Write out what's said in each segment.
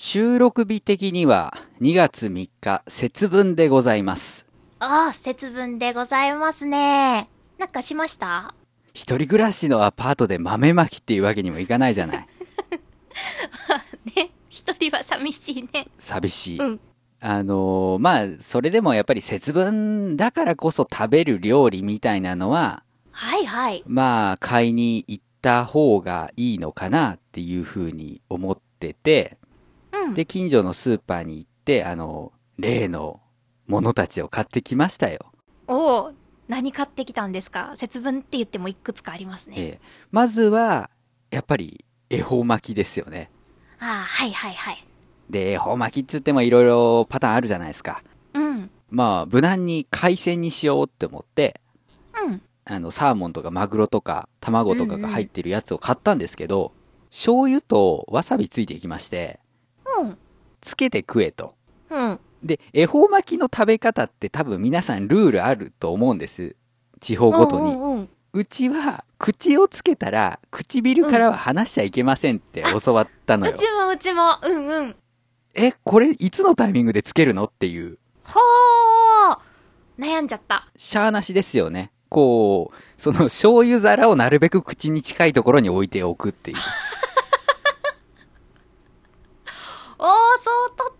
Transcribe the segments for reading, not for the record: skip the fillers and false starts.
収録日的には2月3日節分でございます。 ああ、節分でございますね。なんかしました？ 一人暮らしのアパートで豆まきっていうわけにもいかないじゃない。 ね、一人は寂しいね。 寂しい。 うん。 まあ、それでもやっぱり節分だからこそ食べる料理みたいなのは、 はいはい。 まあ、買いに行った方がいいのかなっていうふうに思ってて、 うん。 で、近所のスーパーに行って、例のものたちを買ってきましたよ。 おお、何買ってきたんですか？節分って言ってもいくつかありますね。 まずは、やっぱり、恵方巻きですよね。 ああ、はいはいはい。 で、恵方巻きって言ってもいろいろパターンあるじゃないですか。 うん。 まあ、無難に海鮮にしようって思って、 うん。 サーモンとかマグロとか卵とかが入ってるやつを買ったんですけど、醤油とわさびついてきまして、 うん。 つけて食えと。 うん。 で、恵方巻きの食べ方って多分皆さんルールあると思うんです。地方ごとに。 うんうんうん。 うちは、口をつけたら、唇からは離しちゃいけませんって教わったのよ。 うちも。うんうん。 これいつのタイミングでつけるのっていう。 ほー。悩んじゃった。 しゃーなしですよね。こう、その醤油皿をなるべく口に近いところに置いておくっていう。 おー、そう取った。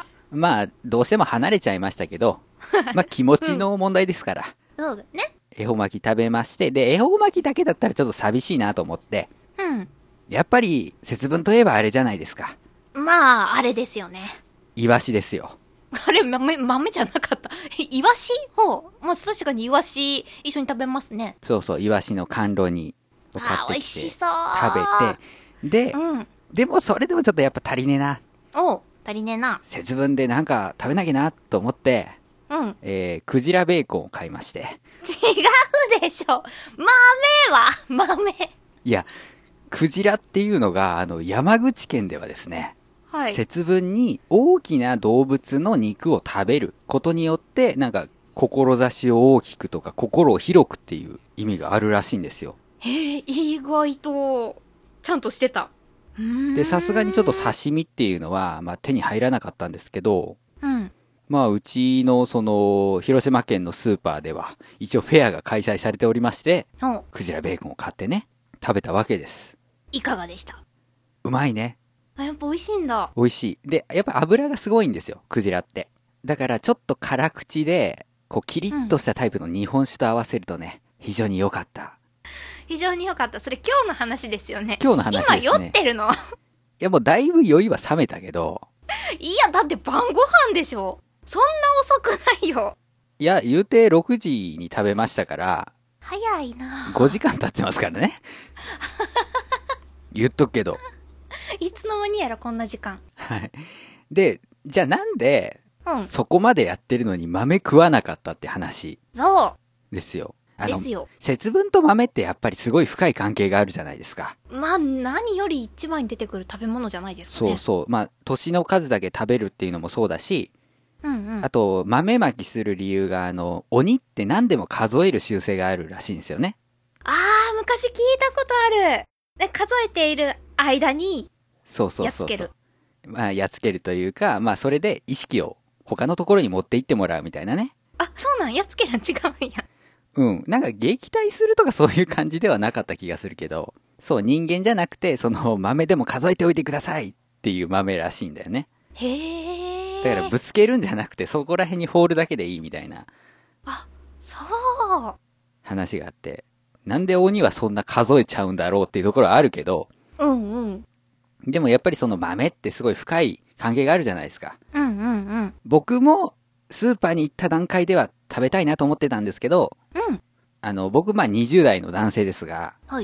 まあ、どうしても離れちゃいましたけど、まあ気持ちの問題ですから。 そうだね。 恵方巻き食べまして、で、恵方巻きだけだったらちょっと寂しいなと思って、 うん。 やっぱり節分といえばあれじゃないですか。 まあ、あれですよね。 イワシですよ。 あれ、豆じゃなかった。イワシ？ほう。まあ、確かにイワシ一緒に食べますね。 そうそう、イワシの甘露煮を買あー、美味ってきて、 しそう。 食べて、で、 うん。 でもそれでもちょっとやっぱ足りねえな。 おう、足りねえな。 節分でなんか食べなきゃなと思って、 うん。 クジラベーコンを買いまして。 違うでしょ。豆。 いや、クジラっていうのが、山口県ではですね、 はい。 節分に大きな動物の肉を食べることによって、なんか、志を大きくとか心を広くっていう意味があるらしいんですよ。 へえ、意外と、ちゃんとしてた。 で、さすがにちょっと刺身っていうのは、まあ手に入らなかったんですけど、 うん。 まあうちの広島県のスーパーでは、一応フェアが開催されておりまして、 おう、 クジラベーコンを買ってね、食べたわけです。 いかがでした？ うまいね。 あ、やっぱ美味しいんだ。 美味しい。で、やっぱ油がすごいんですよ、クジラって。だからちょっと辛口で、こうキリッとしたタイプの日本酒と合わせるとね、非常に良かった。 非常に良かった。それ今日の話ですよね。 今日の話ですね。 今酔ってるの？ いやもうだいぶ酔いは冷めたけど、 いや、だって晩ご飯でしょ。そんな遅くないよ。 いや、言うて6時に食べましたから、 早いな。 5時間経ってますからね。言っとくけど。 いつの間にやらこんな時間。 はい。で、じゃあなんで、 うん。 そこまでやってるのに豆食わなかったって話そですよ。 う。ですよ。 節分と豆ってやっぱりすごい深い関係があるじゃないですか。 まあ、何より一番に出てくる食べ物じゃないですかね。 そうそう。まあ、年の数だけ食べるっていうのもそうだし、 うんうん。 あと、豆まきする理由が、鬼って何でも数える習性があるらしいんですよね。 あー、昔聞いたことある。で、数えている間に、 そうそうそうそう。 やっつける。 まあ、やっつけるというか、まあ、それで意識を他のところに持って行ってもらうみたいなね。 あ、そうなん、やっつけるん違うんや。 うん。なんか撃退するとかそういう感じではなかった気がするけど、そう、人間じゃなくて、豆でも数えておいてくださいっていう豆らしいんだよね。 へー。 だからぶつけるんじゃなくて、そこら辺に放るだけでいいみたいなあ、そう。 話があって、なんで鬼はそんな数えちゃうんだろうっていうところはあるけど、 うんうん。 でもやっぱりその豆ってすごい深い関係があるじゃないですか。 うんうんうん。 僕もスーパーに行った段階では食べたいなと思ってたんですけど、 うん。 僕まあ20代の男性ですが、 はい。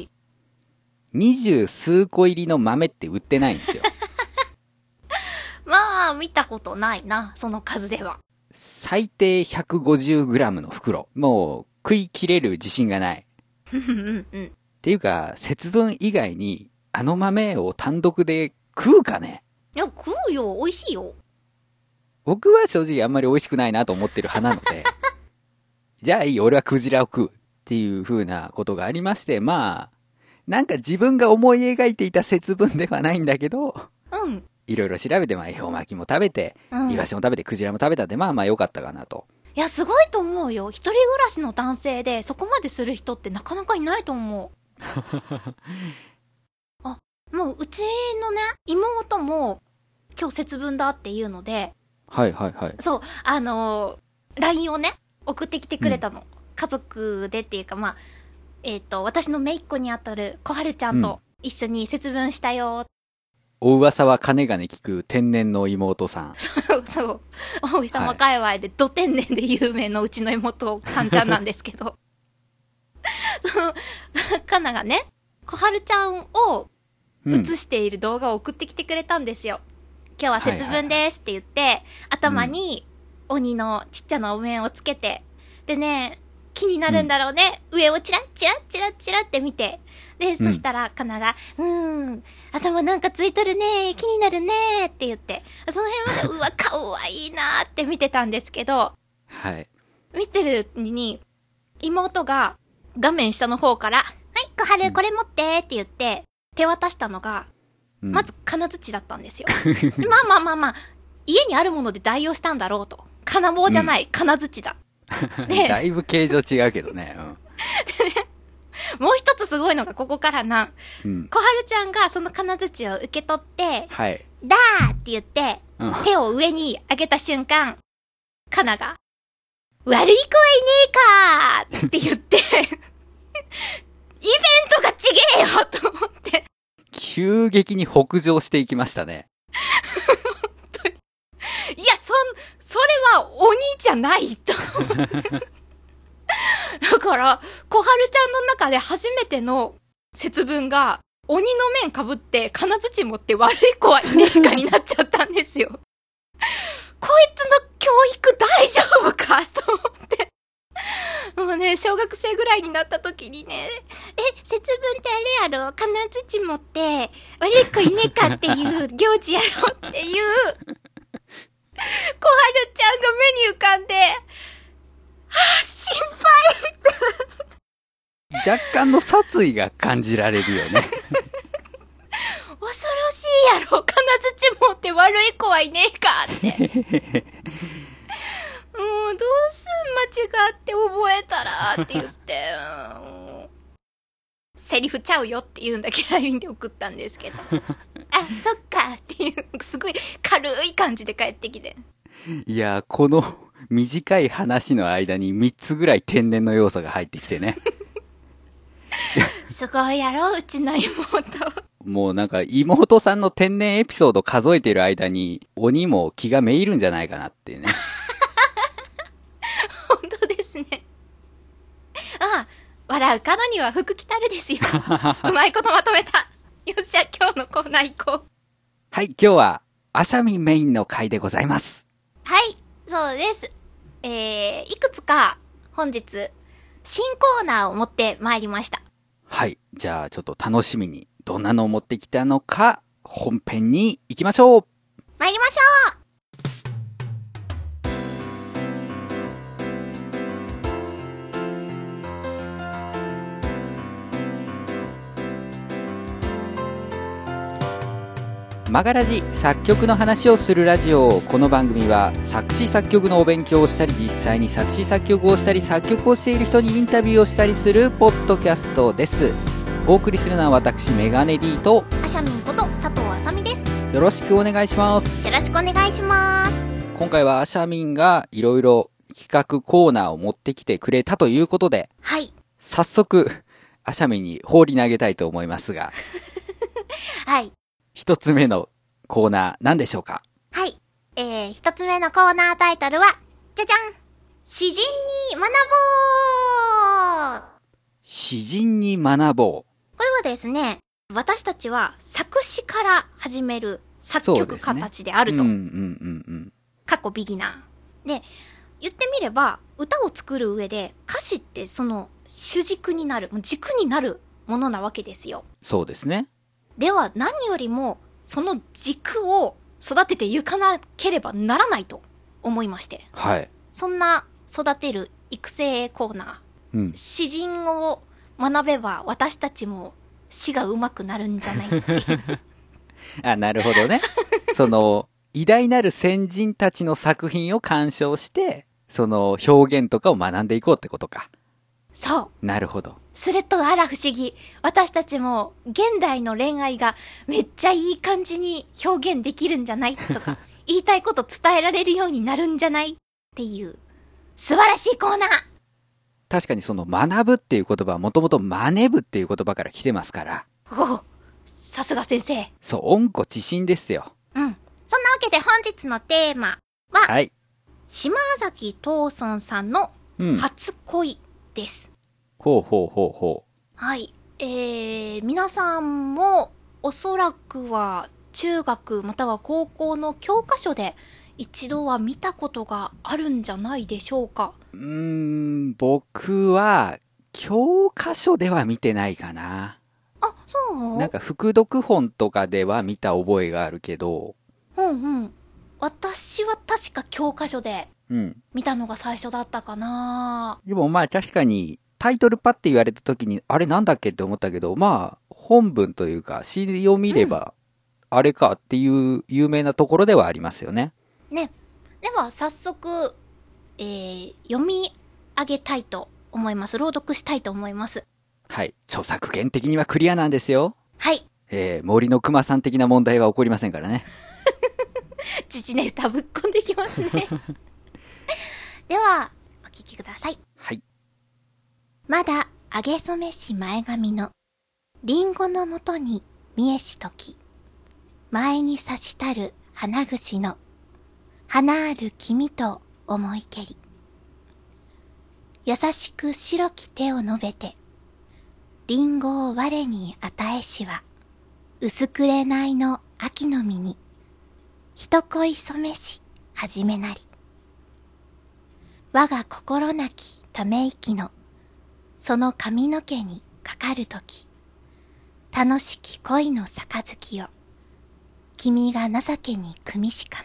20数個入りの豆って売ってないんですよ。 まあ、見たことないな、その数では。 最低 150g の袋。もう食い切れる自信がない。 うんうんうん。 っていうか、節分以外にあの豆を単独で食うかね？ いや、食うよ、美味しいよ。 僕は正直あんまり美味しくないなと思ってる派なので、じゃあいいよ、俺はクジラを食うっていう風なことがありまして、まあ、なんか自分が思い描いていた節分ではないんだけど、 うん。 いろいろ調べて、まあ、恵方巻きも食べて、 うん。 イワシも食べて、クジラも食べたって、まあまあ良かったかなと。 いや、すごいと思うよ。一人暮らしの男性で、そこまでする人ってなかなかいないと思う。あ、もう、うちのね、妹も、今日節分だっていうので、 はいはいはい。 そう、LINE をね、送ってきてくれたの。家族でっていうか、まあ、私の姪っ子にあたる小春ちゃんと一緒に節分したよ。 お噂は金がね聞く天然の妹さん。 そう、大井様界隈でド天然で有名のうちの妹かんちゃんなんですけど、その、かながね、小春ちゃんをうん。 映している動画を送ってきてくれたんですよ。今日は節分ですって言って、頭に鬼のちっちゃなお面をつけて、でね、気になるんだろうね。上をチラッチラッチラッチラって見て。で、そしたら、かなが、頭なんかついとるね、気になるねって言って、その辺まで、うわ、かわいいなって見てたんですけど、 はい。 見てるうちに、妹が画面下の方から、はい、小春これ持ってって言って、手渡したのが、 うんまず金槌だったんですよ。まあまあまあまあ、家にあるもので代用したんだろうと。金棒じゃない、金槌だ。でだいぶ形状違うけどね。 もう一つすごいのがここからな。 うん。うん。 小春ちゃんがその金槌を受け取って、 はい。 だーって言って、 うん。 手を上に上げた瞬間、カナが、悪い子はいねえかーって言って、イベントがちげえよと思って。 急激に北上していきましたね。 いや、それは鬼じゃないと。だから、小春ちゃんの中で初めての節分が、鬼の面被って金槌持って悪い子はいねえかになっちゃったんですよ。こいつの教育大丈夫かと思って。もうね、小学生ぐらいになった時にね、節分ってあれやろ、金槌持って悪い子いねえかっていう行事やろっていう、小春ちゃんが目に浮かんで、心配若干の殺意が感じられるよね。 恐ろしいやろ、金槌持って悪い子はいねえかって。もうどうすん間違って覚えたらって言って、セリフちゃうよって言うんだけど LINE で送ったんですけど、あ、そっかっていう、すごい軽い感じで帰ってきて。 いや、この短い話の間に3つぐらい天然の要素が入ってきてね。 すごいやろ、うちの妹。 もうなんか妹さんの天然エピソード数えてる間に鬼も気がめいるんじゃないかなっていうね。 本当ですね。ああ、笑う角には福来たるですよ。うまいことまとめた。よっしゃ、今日のコーナー行こう。 はい、今日はアシャミンメインの回でございます。 はい、そうです。いくつか本日、新コーナーを持ってまいりました。 はい、じゃあちょっと楽しみにどんなのを持ってきたのか本編に行きましょう。 参りましょう。 マガラジ作曲の話をするラジオ。この番組は作詞作曲のお勉強をしたり、実際に作詞作曲をしたり、作曲をしている人にインタビューをしたりするポッドキャストです。お送りするのは私メガネ D とアシャミンこと佐藤あさみです。 よろしくお願いします。 よろしくお願いします。 今回はアシャミンがいろいろ企画コーナーを持ってきてくれたということで、 はい。 早速アシャミンに放り投げたいと思いますが、 はい。 一つ目のコーナー何でしょうか？ はい。一つ目のコーナータイトルは、じゃじゃん、詩人に学ぼう。 詩人に学ぼう。 これはですね、私たちは作詞から始める作曲家たちであると。 うんうんうんうん。 かっこビギナー。で、言ってみれば、歌を作る上で歌詞ってその主軸になる、軸になるものなわけですよ。 そうですね。 では何よりもその軸を育てていかなければならないと思いまして。 はい。 そんな育てる育成コーナー。 うん。 詩人を学べば私たちも詩が上手くなるんじゃないっていう。 あ、なるほどね。 その、偉大なる先人たちの作品を鑑賞して、その表現とかを学んでいこうってことか。 そう。 なるほど。 するとあら不思議。私たちも現代の恋愛がめっちゃいい感じに表現できるんじゃないとか、言いたいこと伝えられるようになるんじゃないっていう素晴らしいコーナー。 確かにその学ぶっていう言葉はもともと真似ぶっていう言葉から来てますから。 おお、さすが先生。 そう、温故知新ですよ。 うん。そんなわけで本日のテーマは、 はい。 島崎藤村さんの初恋です。 ほうほうほうほう。 はい。皆さんもおそらくは中学または高校の教科書で一度は見たことがあるんじゃないでしょうか。 僕は教科書では見てないかな。 あ、そう？ なんか副読本とかでは見た覚えがあるけど。 うんうん。私は確か教科書で見たのが最初だったかな。 でもまあ確かにタイトルパッて言われた時にあれなんだっけって思ったけど、まあ本文というか詩を見ればあれかっていう有名なところではありますよね。 ね。では早速、読み上げたいと思います。朗読したいと思います。 はい。著作権的にはクリアなんですよ。 はい。 森の熊さん的な問題は起こりませんからね。 父ネタぶっこんできますね。では、お聞きください。 はい。 まだ上げ染めし前髪の、リンゴのもとに見えしとき、前に差したる花串の、花ある君と思いけり。優しく白き手を伸べて、リンゴを我に与えしは、薄くれないの秋の実に、人恋染めし始めなり。我が心なきため息の、その髪の毛にかかるとき、楽しき恋の杯を、君が情けに汲みしかな。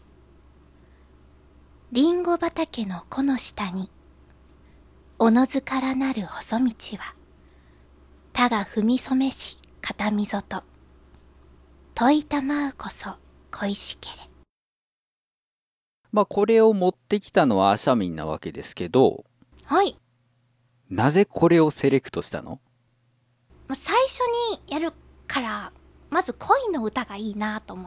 リンゴ畑の木の下に、おのずからなる細道は、他が踏み染めし片溝と、問いたまうこそ恋しけれ。 まあこれを持ってきたのはアシャミンなわけですけど、 はい。 なぜこれをセレクトしたの？ 最初にやるから、まず恋の歌がいいなと思って、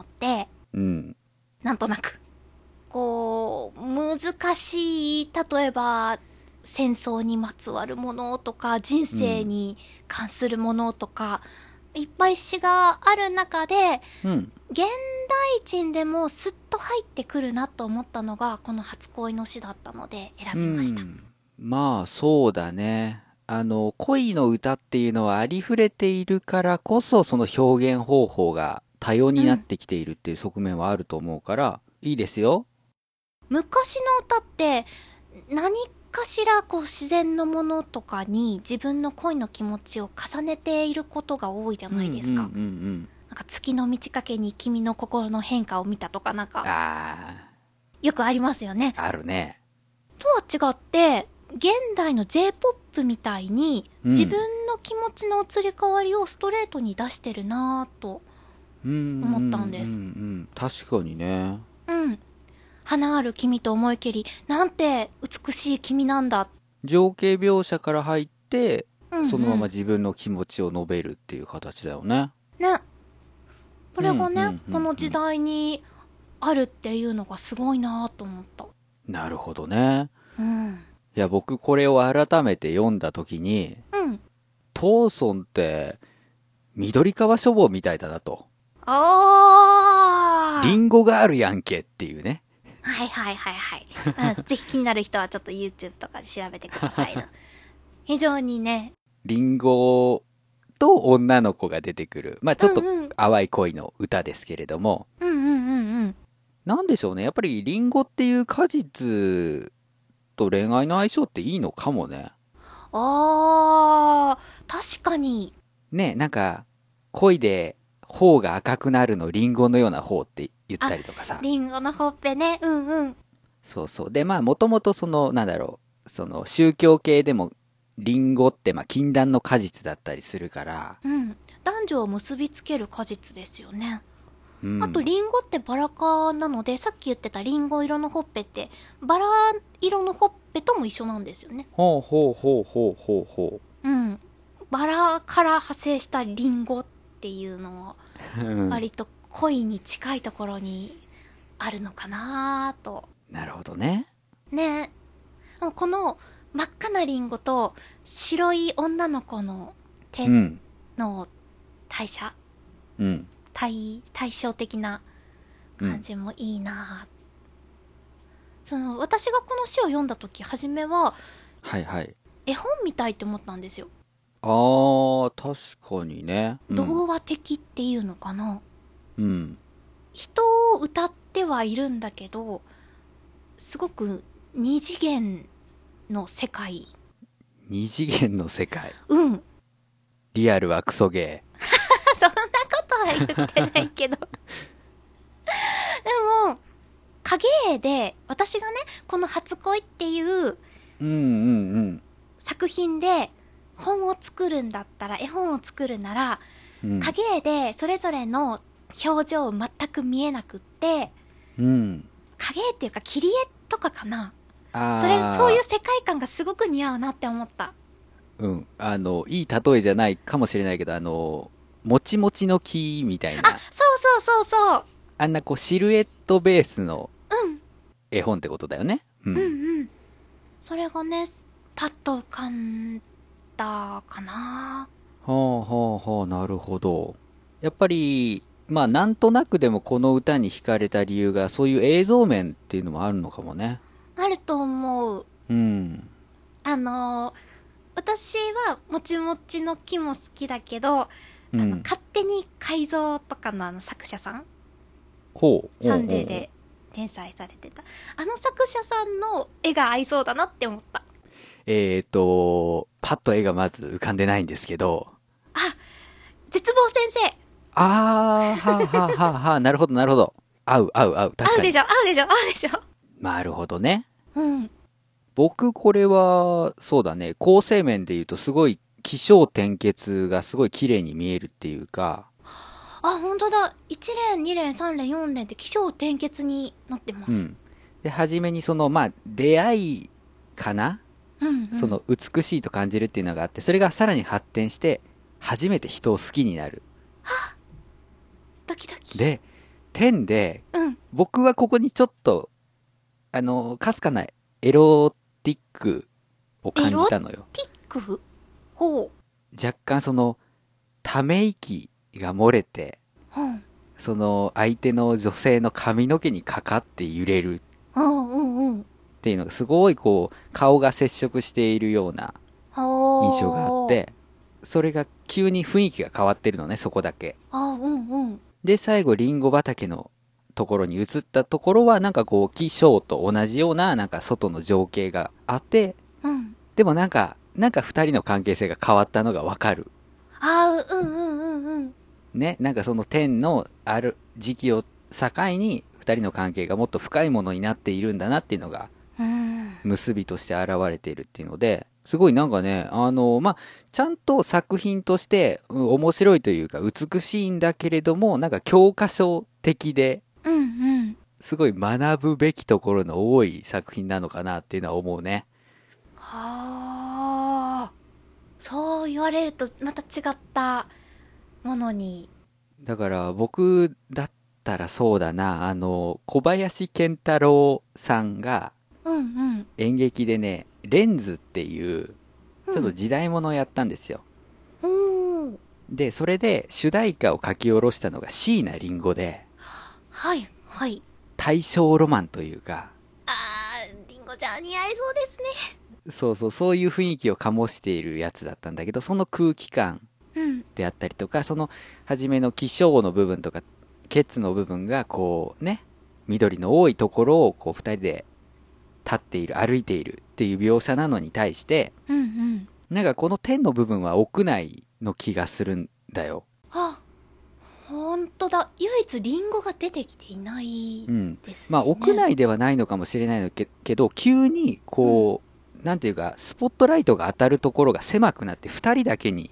なんとなく。こう、難しい、例えば、戦争にまつわるものとか、人生に関するものとか、いっぱい詩がある中で、現代人でもスッと入ってくるなと思ったのが、この初恋の詩だったので選びました。 まあそうだね。恋の歌っていうのはありふれているからこそ、その表現方法が多様になってきているっていう側面はあると思うから、いいですよ。 昔の歌って何かしらこう自然のものとかに自分の恋の気持ちを重ねていることが多いじゃないですか。なんか月の満ち欠けに君の心の変化を見たとかなんかよくありますよね。 あるね。 とは違って現代の J-POP みたいに自分の気持ちの移り変わりをストレートに出してるなぁと思ったんです。 確かにね。 花ある君と思いけり、なんて美しい君なんだ。 情景描写から入って、そのまま自分の気持ちを述べるっていう形だよね。 ね。それがね、この時代にあるっていうのがすごいなと思った。 なるほどね。いや、僕これを改めて読んだ時に、藤村って緑川書房みたいだなと。リンゴがあるやんけっていうね。 ぜひ気になる人はちょっと YouTube とかで調べてくださいな。非常にね。 リンゴと女の子が出てくる。まあちょっと淡い恋の歌ですけれども。なんでしょうね。やっぱりリンゴっていう果実と恋愛の相性っていいのかもね。 確かに。 ね、なんか恋で頬が赤くなるのリンゴのような頬って言ったりとかさ。 リンゴのほっぺね。 そうそう。で、まあもともとその、なんだろう、その宗教系でもリンゴってまあ禁断の果実だったりするから。 男女を結びつける果実ですよね。 うん、 あとリンゴってバラ科なので、さっき言ってたリンゴ色のほっぺってバラ色のほっぺとも一緒なんですよね。 ほうほうほうほうほうほうん。バラから派生したリンゴっていうのはう。うん、 割と恋に近いところにあるのかなと。 なるほどね。 ね。もうこの真っ赤なリンゴと白い女の子の手うんの代謝、 うん対照的な感じもいいな、私がこの詩を読んだ時、初めははいはい。 絵本みたいって思ったんですよ。 あー確かにね。うん、 童話的っていうのかな。 うん、 人を歌ってはいるんだけど、すごく二次元の世界。 二次元の世界。 うん。 リアルはクソゲそんなことは言ってないけど。でも、影絵で、私がね、この初恋っていうー。うんうん作品で本を作るんだったら、絵本を作るなら、 うん。 影絵でそれぞれの表情全く見えなくって、 うん。 影絵っていうか切り絵とかかな。 あそういう世界観がすごく似合うなって思った。 うん。いい例えじゃないかもしれないけど、もちもちの木みたいあ、 な、 そうそうそうそう。 あんなこうシルエットベースのうん絵本ってことだよね。ううんん。 うん。それがね、パッと浮かんだかな。 ほうほうほう、なるほど。やっぱり、まあなんとなくでもこの歌に惹かれた理由が、そういう映像面っていうのもあるのかもね。 あると思う。 うん。 あのー私はもちもちの木も好きだけど、 うん。 勝手に改造とかの作者さん、 ほう。 サンデーで連載されてた。あの作者さんの絵が合いそうだなって思った。 パッと絵がまず浮かんでないんですけど。 あ、絶望先生。 あー、はあはあはあはあ、なるほどなるほど。合う合う合う。確かに。 合うでしょ合うでしょ合うでしょ。 なるほどね。 うん。 僕これは、そうだね、構成面で言うとすごい起承転結がすごい綺麗に見えるっていうか、 あ、本当だ。1連、2連、3連、4連って起承転結になってます。 うん。で、初めにその、まあ、出会いかな、 うんうん。 その美しいと感じるっていうのがあって、それがさらに発展して、初めて人を好きになる。 ドキドキ。 で、点で、 うん。 僕はここにちょっと、かすかなエロティックを感じたのよ。 ティックほ若干その、ため息が漏れて、 う。うん。 その相手の女性の髪の毛にかかって揺れるうんうんうん。 っていうのがすごいこう、顔が接触しているような印象があって、それが急に雰囲気が変わってるのね、そこだけ。 うんうん。 で、最後、リンゴ畑のところに移ったところは、なんかこう、気象と同じような、なんか外の情景があって、 うん。 でもなんか二人の関係性が変わったのがわかる。 うんうんうんうん。 ね、なんかその天のある時期を境に、二人の関係がもっと深いものになっているんだなっていうのが、 うん。 結びとして現れているっていうので、すごいなんかね、まあ、ちゃんと作品として、面白いというか美しいんだけれども、なんか教科書的で、 うんうん。 すごい学ぶべきところの多い作品なのかなっていうのは思うね。 はあ。そう言われるとまた違ったものに。 だから僕だったらそうだな、小林健太郎さんがうんうん。 演劇でね、レンズっていううん。 ちょっと時代物をやったんですよ。 うん。 で、それで主題歌を書き下ろしたのが椎名林檎で、 はいはい。 大正ロマンというか、 あー、りんごちゃん似合いそうですね。 そうそう、そういう雰囲気を醸しているやつだったんだけど、その空気感うん。 であったりとか、その初めの気象の部分とか、ケツの部分がこうね、緑の多いところをこう二人で立っている、歩いているっていう描写なのに対して、 うんうん。 なんかこの天の部分は屋内の気がするんだよ。 あ、ほんとだ。唯一リンゴが出てきていないうん。 ですしね。 まあ屋内ではないのかもしれないのけど、急にこう、なんていうか、スポットライトが当たるところが狭くなって二人だけに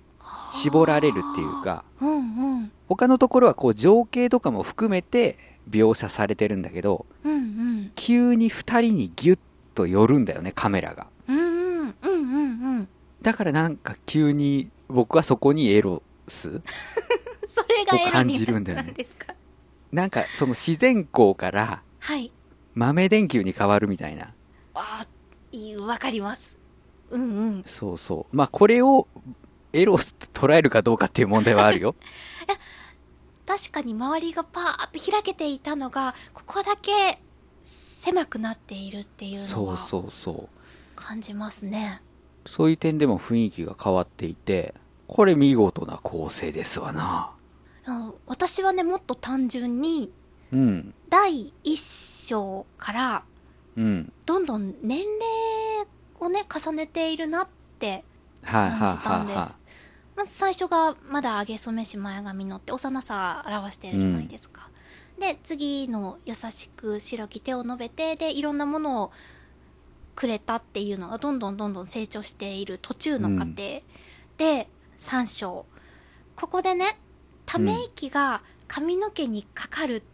絞られるっていうか、 うんうん。 他のところはこう情景とかも含めて描写されてるんだけど、 うんうん。 急に二人にギュッと寄るんだよね、カメラが。 うんうんうんうんうん。 だからなんか急に僕はそこにエロスそれがエロを感にじるんだよねなんですか？ なんかその自然光からはい。 豆電球に変わるみたいな。 あー、わかります。うんうん。 そうそう。まあこれをエロスって捉えるかどうかっていう問題はあるよ。 確かに周りがパーッと開けていたのが、ここだけ狭くなっているっていうのはそうそうそう。 感じますね。 そういう点でも雰囲気が変わっていて、これ見事な構成ですわな。 私はね、もっと単純に、 うん。 第一章からうん。 どんどん年齢をね、重ねているなってはい感じたんです。まず最初がまだ上げ初めし前髪のって幼さ表してるじゃないですか。で、次の優しく白き手を述べて、で、いろんなものをくれたっていうのがどんどんどんどん成長している途中の過程、で、3章。ここでね、ため息が髪の毛にかかるって、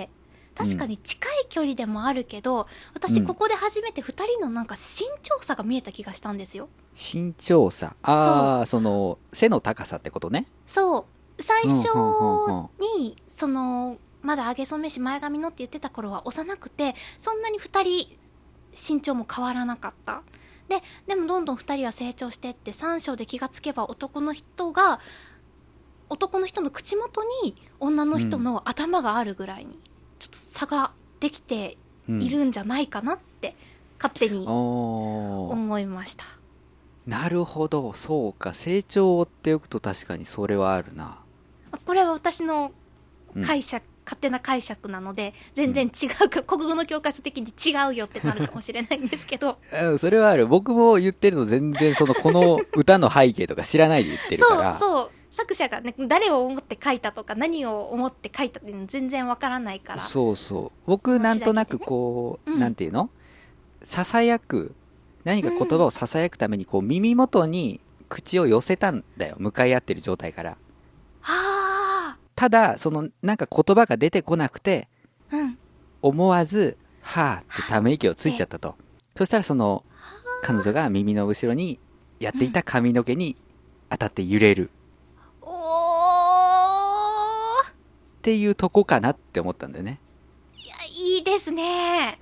確かに近い距離でもあるけど、私ここで初めて2人のなんか身長差が見えた気がしたんですよ。 身長差。ああ、その、背の高さってことね。 そう。最初うんに、その、まだ上げ初めし前髪のって言ってた頃は幼くて、そんなに2人身長も変わらなかった。でもどんどん2人は成長してって、3章で気がつけば男の人の口元に女の人の頭があるぐらいに、ちょっと差ができているんじゃないかなって、勝手に思いました。 なるほど、そうか。成長を追っておくと確かにそれはあるな。 これは私の解釈、勝手な解釈なので、全然違うか、国語の教科書的に違うよってなるかもしれないんですけど。 それはある。僕も言ってるの全然この歌の背景とか知らないで言ってるから。 そう。作者がね、誰を思って書いたとか、何を思って書いたっていうの全然わからないから。 そうそう。僕なんとなくこう、なんていうの？囁く、何か言葉を囁くためにこう耳元に口を寄せたんだよ。向かい合ってる状態から。ただ、なんか言葉が出てこなくて、思わず、はぁってため息をついちゃったと。そしたら彼女が耳の後ろにやっていた髪の毛に当たって揺れる。っていうとこかなって思ったんだよね。 いや、いいですね。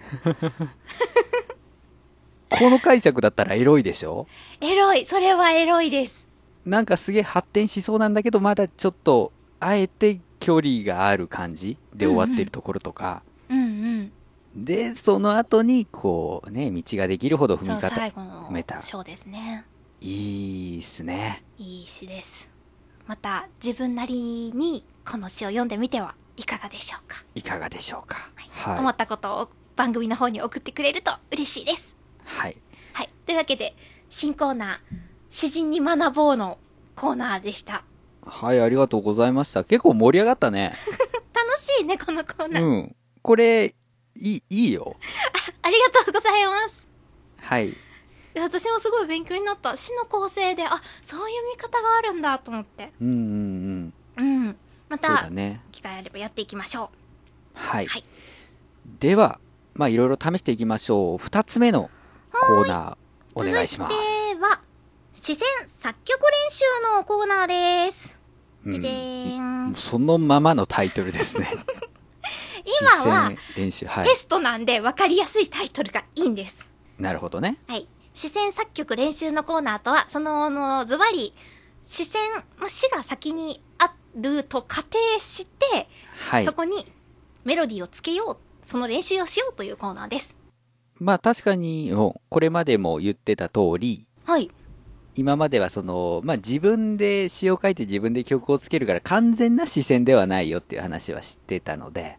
この解釈だったらエロいでしょ？ エロい。それはエロいです。 なんかすげえ発展しそうなんだけど、まだちょっと、あえて距離がある感じで終わってるところとか。で、その後に、こうね、道ができるほど踏み方、 最後の章ですね。 いいっすね。 いい詩です。また、自分なりに、この詩を読んでみてはいかがでしょうか。 いかがでしょうか。 はい。思ったことを番組の方に送ってくれると嬉しいです。 はい。 はい。というわけで、新コーナー、詩人に学ぼうのコーナーでした。 はい、ありがとうございました。結構盛り上がったね。 楽しいね、このコーナー。 これ、いいよ。 ありがとうございます。 はい。 私もすごい勉強になった。詩の構成で、そういう見方があるんだと思って。また、機会あればやっていきましょう。 はい。では、いろいろ試していきましょう。2つ目のコーナー、お願いします。 続いては、詩選作曲練習のコーナーです。 そのままのタイトルですね。 今は、 練習、 テストなんで分かりやすいタイトルがいいんです。 なるほどね。 はい。詩選作曲練習のコーナーとは、ズバリ、詩が先にあると仮定して、そこにメロディーをつけよう、その練習をしようというコーナーです。 確かに、これまでも言ってた通り、 はい。 今までは自分で詩を書いて自分で曲をつけるから完全な詩選ではないよっていう話は知ってたので、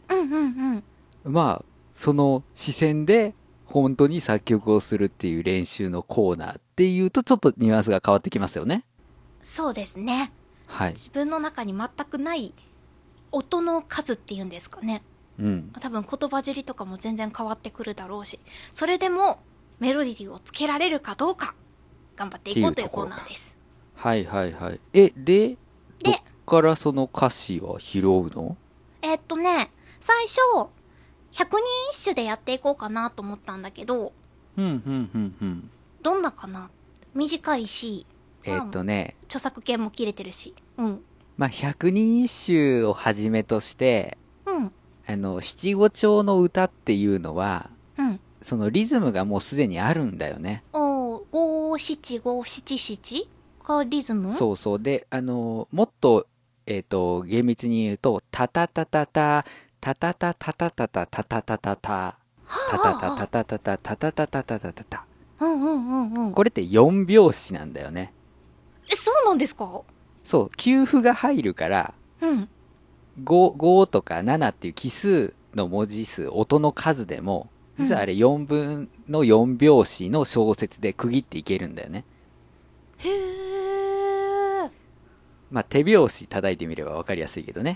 その詩選で本当に作曲をするっていう練習のコーナーっていうとちょっとニュアンスが変わってきますよね。 そうですね。 はい。 自分の中に全くない音の数っていうんですかね。多分言葉尻とかも全然変わってくるだろうし、それでもメロディーをつけられるかどうか頑張っていこうというコーナーです。 はいはいはい。で、どっからその歌詞は拾うの？ 最初、百人一首でやっていこうかなと思ったんだけど、 うんうんうんうん。 どんなかな？短いし、著作権も切れてるし。うん。 まあ、百人一首をはじめとして、 うん。 七五調の歌っていうのは、 うん。 そのリズムがもうすでにあるんだよね。 五七五七七がリズム？ そうそう。で、もっと、厳密に言うと、タタタタタ、タタタタタタタタタタタタ、タタタタタタタタタタタタタタタタ。 うんうんうんうん。 これって4拍子なんだよね。 そうなんですか？ そう、休符が入るから、 うん。 5とか7っていう奇数の文字数、音の数でも、実はあれ4分の4拍子の小節で区切っていけるんだよね。 へー。 まあ手拍子叩いてみればわかりやすいけどね。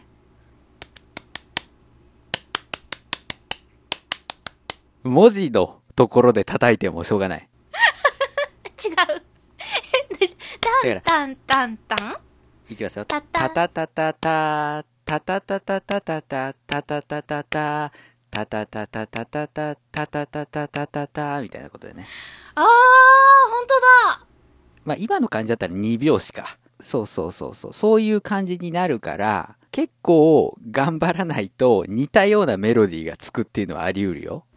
文字のところで叩いてもしょうがない。 違う。タンタンタンタン。 いきますよ。 タタタタタタタ、タタタタタタタ、タタタタタ、タタタタタタタ、タタタタタタタ、みたいなことでね。 あー、ほんとだ。 まあ今の感じだったら2拍子か。そうそうそうそう。そういう感じになるから、結構頑張らないと似たようなメロディーがつくっていうのはあり得るよ。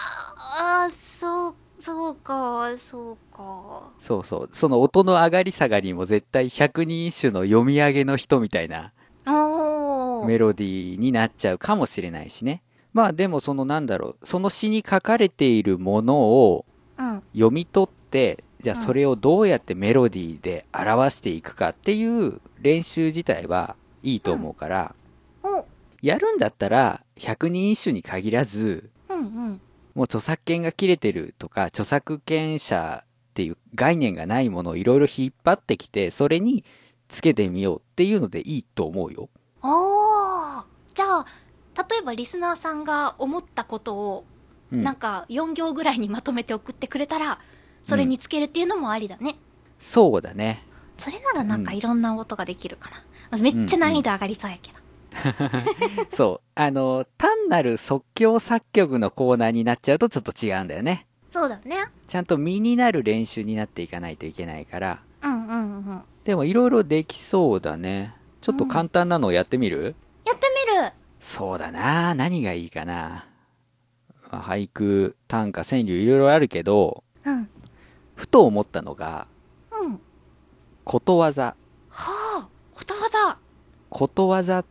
そうか。 そうそう。その音の上がり下がりも絶対百人一首の読み上げの人みたいなメロディーになっちゃうかもしれないしね。まあでもそのなんだろう、その詩に書かれているものを読み取って、じゃあそれをどうやってメロディーで表していくかっていう練習自体はいいと思うから、やるんだったら百人一首に限らず、もう著作権が切れてるとか、著作権者っていう概念がないものをいろいろ引っ張ってきて、それにつけてみようっていうのでいいと思うよ。 じゃあ、例えばリスナーさんが思ったことを、なんか4行ぐらいにまとめて送ってくれたら、それにつけるっていうのもありだね。 そうだね。 それならなんかいろんな音ができるかな。めっちゃ難易度上がりそうやけど。 そう。単なる即興作曲のコーナーになっちゃうとちょっと違うんだよね。 そうだね。 ちゃんと身になる練習になっていかないといけないから。 うん。 でもいろいろできそうだね。ちょっと簡単なのをやってみる？ やってみる。 そうだな。何がいいかな。俳句、短歌、川柳いろいろあるけど、ふと思ったのが、ことわざ。 ことわざ。 ことわざって、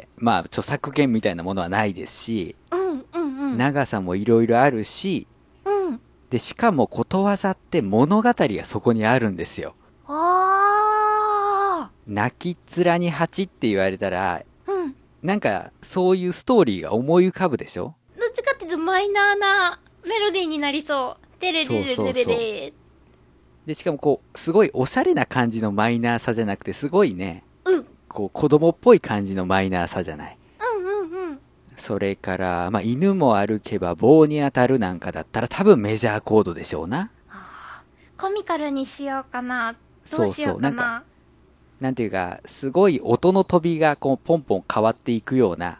まあ著作権みたいなものはないですし、長さもいろいろあるし、で、しかもことわざって物語がそこにあるんですよ。泣き面に蜂って言われたら、なんかそういうストーリーが思い浮かぶでしょ？ どっちかっていうとマイナーなメロディーになりそう。テレレレレレレ。 で、しかもこう、すごいおしゃれな感じのマイナーさじゃなくて、すごいね、こう子供っぽい感じのマイナーさじゃない。それから、まあ、犬も歩けば棒に当たるなんかだったら多分メジャーコードでしょうな。 コミカルにしようかな。どうしようかな。 なんていうか、すごい音の飛びがこうポンポン変わっていくような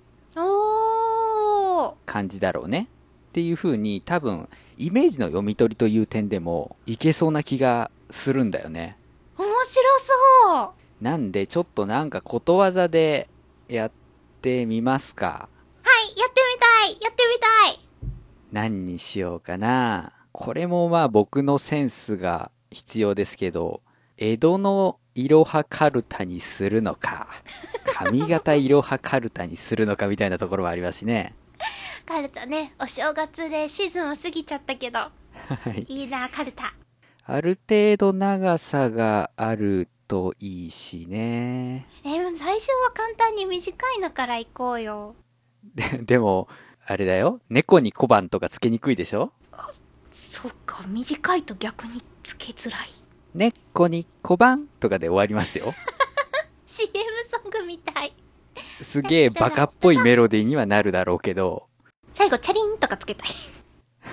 感じだろうね。っていう風に多分イメージの読み取りという点でもいけそうな気がするんだよね。 面白そう。 なんでちょっとなんかことわざでやってみますか。 はい、やってみたい。 何にしようかな。これもまあ僕のセンスが必要ですけど、江戸のいろはかるたにするのか、上方いろはかるたにするのかみたいなところはありますしね。 カルタね、お正月でシーズンは過ぎちゃったけど。いいな、カルタ。 ある程度長さがあるといいしね。 最初は簡単に短いのから行こうよ。 でも、あれだよ。猫に小判とかつけにくいでしょ？ そっか、短いと逆につけづらい。 猫に小判とかで終わりますよ。 CM ソングみたい。 すげえバカっぽいメロディーにはなるだろうけど。 最後チャリンとかつけたい。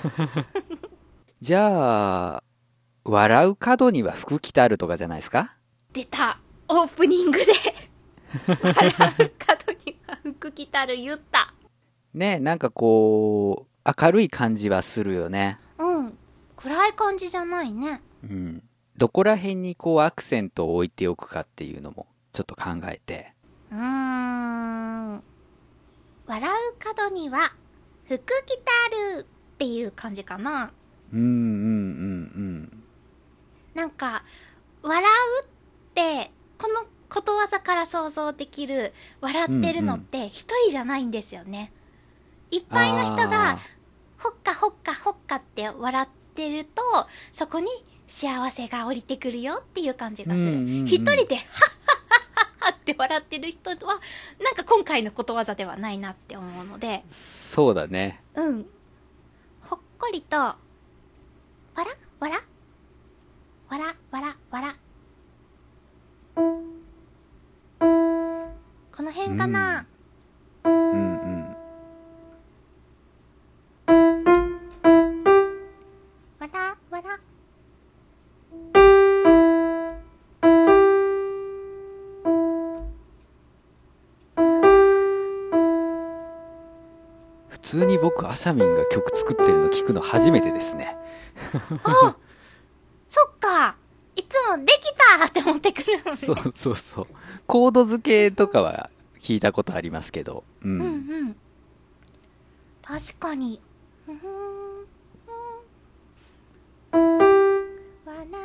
じゃあ、笑う角には福来たるとかじゃないですか？ 出た。オープニングで。笑う角には福来たる言った。 ね、なんかこう、明るい感じはするよね。 うん。暗い感じじゃないね。 うん。どこら辺にこうアクセントを置いておくかっていうのもちょっと考えて。 笑う角には福来たるっていう感じかな。なんか、笑うって、このことわざから想像できる笑ってるのって一人じゃないんですよね。いっぱいの人がほっかほっかほっかって笑ってると、そこに幸せが降りてくるよっていう感じがする。一人でハッハッハッハッって笑ってる人はなんか今回のことわざではないなって思うので。 そうだね。 うん。ほっこりと、わらわらわらわらわら。この辺かな。わらわら。 普通に僕、あさみんが曲作ってるの聞くの初めてですね。 あ、そっか。いつもできたって思ってくるもんね。 そうそうそう。コード付けとかは聞いたことありますけど。 うんうん。確かに。わら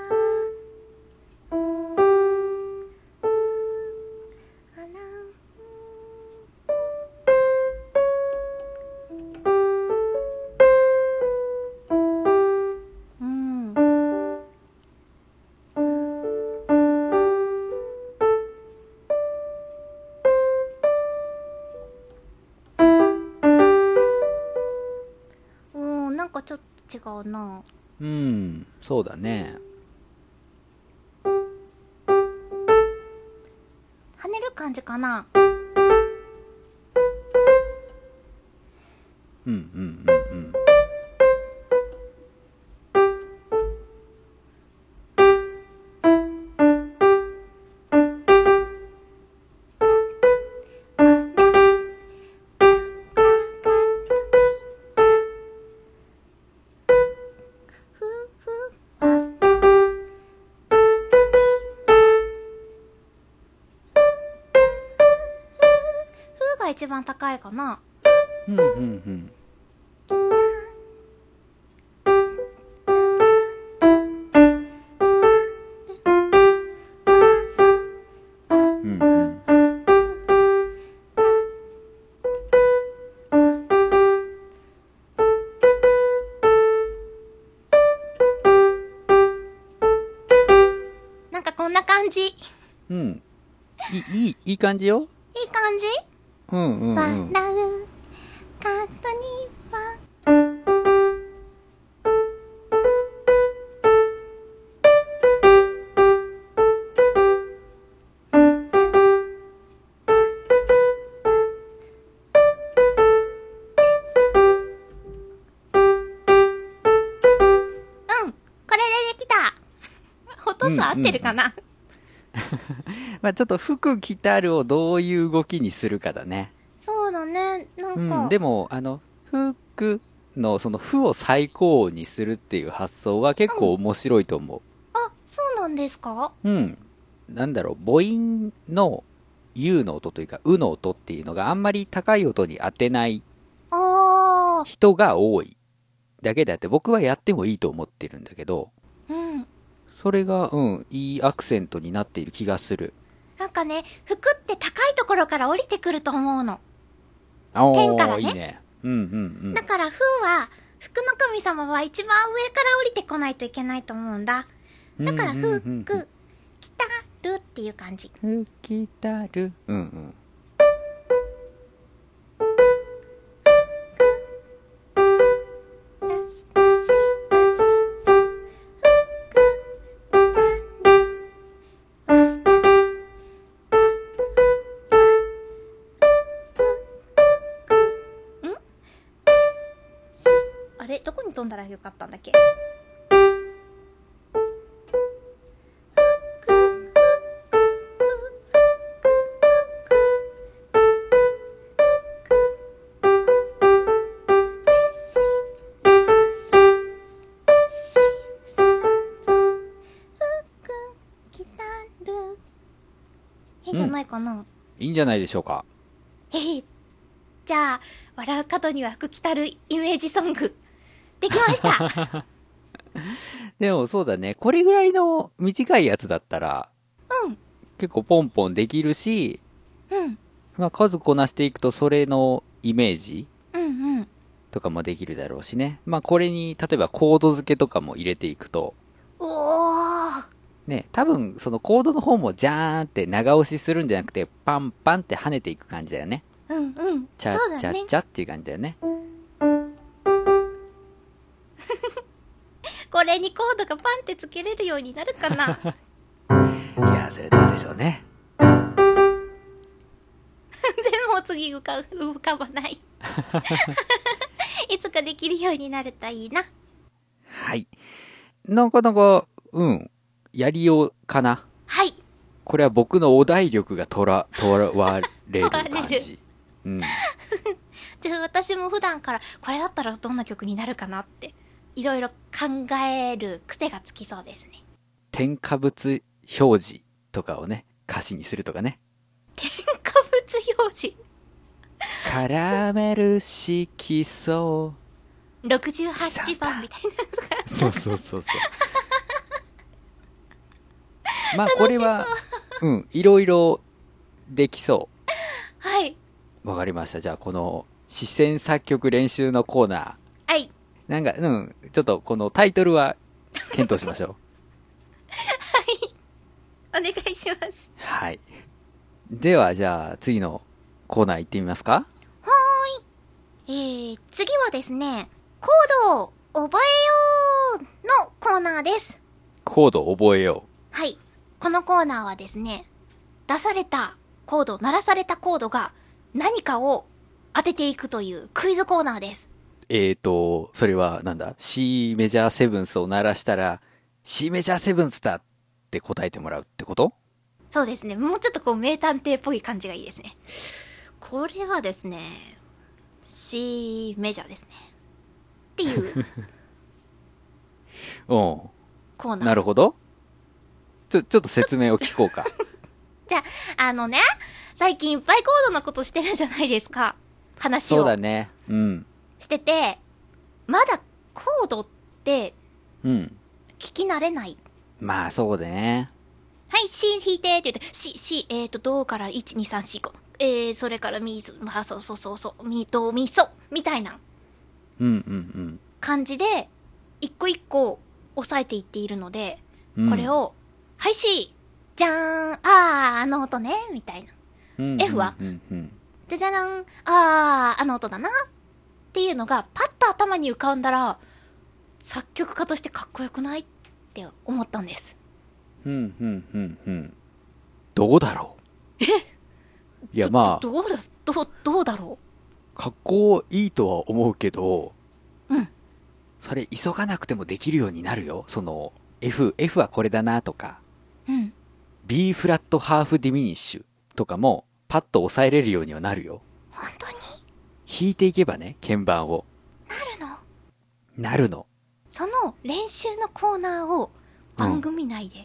なんかちょっと違うな。 そうだね。 跳ねる感じかな。一番高いかな。なんかこんな感じ。 いい感じよ。 いい感じ。笑う角にはこれでできた。音数合ってるかな。 まあちょっと服着たるをどういう動きにするかだね。 そうだね。なんか、 でも服のその負を最高音にするっていう発想は結構面白いと思う。 あ、そうなんですか？ なんだろう、母音の U の音というか、うの音っていうのがあんまり高い音に当てない人が多いだけであって、僕はやってもいいと思ってるんだけど、それが、いいアクセントになっている気がする。 なんかね、服って高いところから降りてくると思うの。 天からね。 いいね。 だから、風は、服の神様は一番上から降りてこないといけないと思うんだ。だから、服、着たるっていう感じ。 着たる。 あれどこに飛んだらよかったんだっけ。 かな。 いいんじゃないでしょうか。 へへ。じゃあ、笑う角には福来たるイメージソング、できました。 でもそうだね。これぐらいの短いやつだったら、 うん。 結構ポンポンできるし、 うん。 まあ数こなしていくとそれのイメージうんうん。 とかもできるだろうしね。まあこれに例えばコード付けとかも入れていくと、 おー。 ね、多分そのコードの方もジャーンって長押しするんじゃなくて、パンパンって跳ねていく感じだよね。 うんうん。 チャッチャそうだね。 ッチャっていう感じだよね。 これにコードがパンってつけれるようになるかな。 いやー、それどうでしょうね。 でも次浮かばない。いつかできるようになるといいな。 はい。なかなか、やりようかな。 はい。 これは僕のお題力がとらわれる感じ。うん。 じゃあ私も普段からこれだったらどんな曲になるかなって、いろいろ考える癖がつきそうですね。 添加物表示とかをね、歌詞にするとかね。 添加物表示。 カラメル色素。 68番みたいな。 そうそうそうそう。まあこれは、いろいろできそはい。 う。わかりました。じゃあこの、視線作曲練習のコーナはい。 ー。なんか、ちょっとこのタイトルは検討しましょう。 お願いします。 はい。では、じゃあ次のコーナー行ってみますか？ 次はですね、コードを覚えようのコーナーです。 コードを覚えよはい。このコーナーはですね、出されたコード、鳴らされたコードが何かを当てていくというクイズコーナーです。 う。それはなんだ？ C メジャーセブンスを鳴らしたら、C メジャーセブンスだって答えてもらうってこと？ そうですね。もうちょっとこう名探偵っぽい感じがいいですね。これはですね、C メジャーですね。っていううん。 コーナー。 なるほど。ちょっと説明を聞こうか。 じゃあ、最近いっぱいコードのことしてるじゃないですか。話そうをだね。うん。 してて、まだコードってうん。 聞き慣れない。 まあそうだね。 はい、C 弾いてって言って、C、ドから1、2、3、4、5。それからミ、ミ、ド、ミ、ソ、みたいなうん。 感じで、一個一個押さえていっているので、 うん、 これを、はい、C、じゃーん、あの音ね、みたいな。F は、じゃじゃらん、あの音だな、っていうのが、パッと頭に浮かんだら、作曲家としてかっこよくないって思ったんです。 どうだろう。いやまあ、 どうだろう。かっこいいとは思うけど、 うん。 それ急がなくてもできるようになるよ。その、F はこれだなとか、 うん。 B フラットハーフディミニッシュとかも、パッと抑えれるようにはなるよ。 本当に弾いていけばね、鍵盤を。なるの。 その練習のコーナーを番組内で。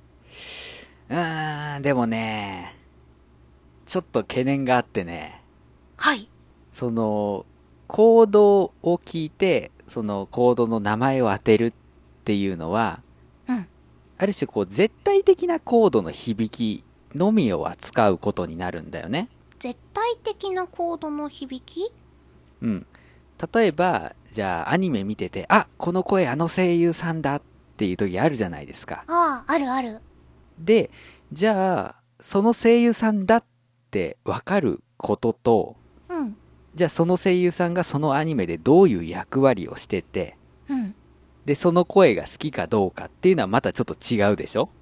でもね、ちょっと懸念があってね。 はい。 その、コードを聞いて、そのコードの名前を当てるっていうのは、 うん。 ある種こう絶対的なコードの響きのみを扱うことになるんだよね。 絶対的なコードの響き？ うん。例えば、じゃあアニメ見てて、あ、この声あの声優さんだっていう時あるじゃないですか。 ああ、あるある。 で、じゃあ、その声優さんだってわかることと、 うん。 じゃあその声優さんがそのアニメでどういう役割をしてて、 うん。 で、その声が好きかどうかっていうのはまたちょっと違うでしょ？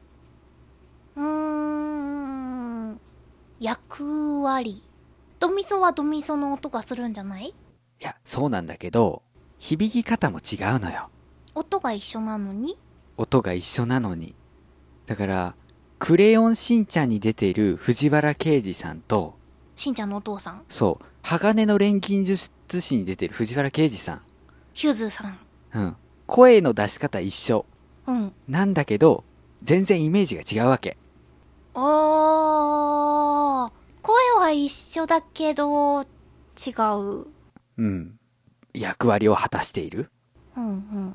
役割。ドミソはドミソの音がするんじゃない？ いや、そうなんだけど、響き方も違うのよ。 音が一緒なのに？ 音が一緒なのに。だから、クレヨンしんちゃんに出ている藤原啓治さんと、 しんちゃんのお父さん。 そう、鋼の錬金術師に出ている藤原啓治さん。 ヒューズさん。 うん。声の出し方一緒。 うん。 なんだけど、全然イメージが違うわけ。 声は一緒だけど、違う。 うん。役割を果たしている。 うんうん。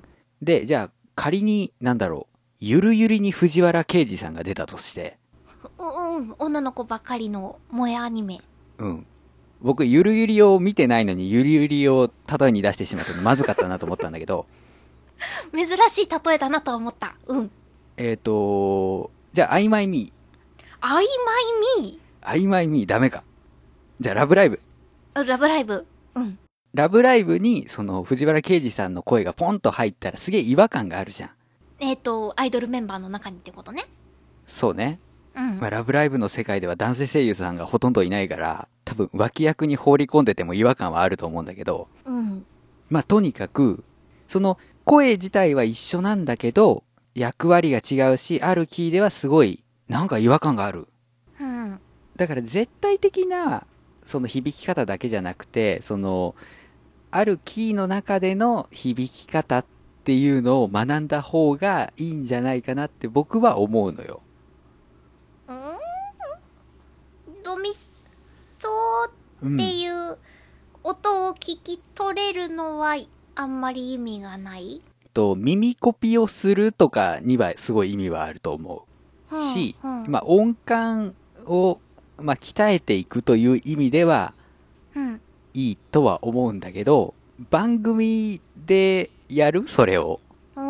で、じゃあ、仮に、ゆるゆりに藤原啓治さんが出たとして。 女の子ばかりの萌えアニメ。 うん。僕、ゆるゆりを見てないのに、ゆるゆりを例えに出してしまってまずかったなと思ったんだけど。 珍しい例えだなと思った。うん。 じゃあ、曖昧ミー。 曖昧ミー曖昧ミーダメか。じゃあ、ラブライブ。 ラブライブ。うん。 ラブライブに、藤原啓治さんの声がポンと入ったらすげえ違和感があるじゃん。 アイドルメンバーの中にってことね。 そうね。 うん。 まあ、ラブライブの世界では男性声優さんがほとんどいないから、多分脇役に放り込んでても違和感はあると思うんだけど、 うん。 まあ、とにかく、声自体は一緒なんだけど、役割が違うし、あるキーではすごい、なんか違和感がある。 うん。 だから絶対的な、響き方だけじゃなくて、あるキーの中での響き方っていうのを学んだ方がいいんじゃないかなって僕は思うのよ。 ドミソっていう音を聞き取れるのはあんまり意味がない？ 耳コピをするとかにはすごい意味はあると思うし、まあ音感を、まあ、鍛えていくという意味では、いいとは思うんだけど、番組でやるそれを。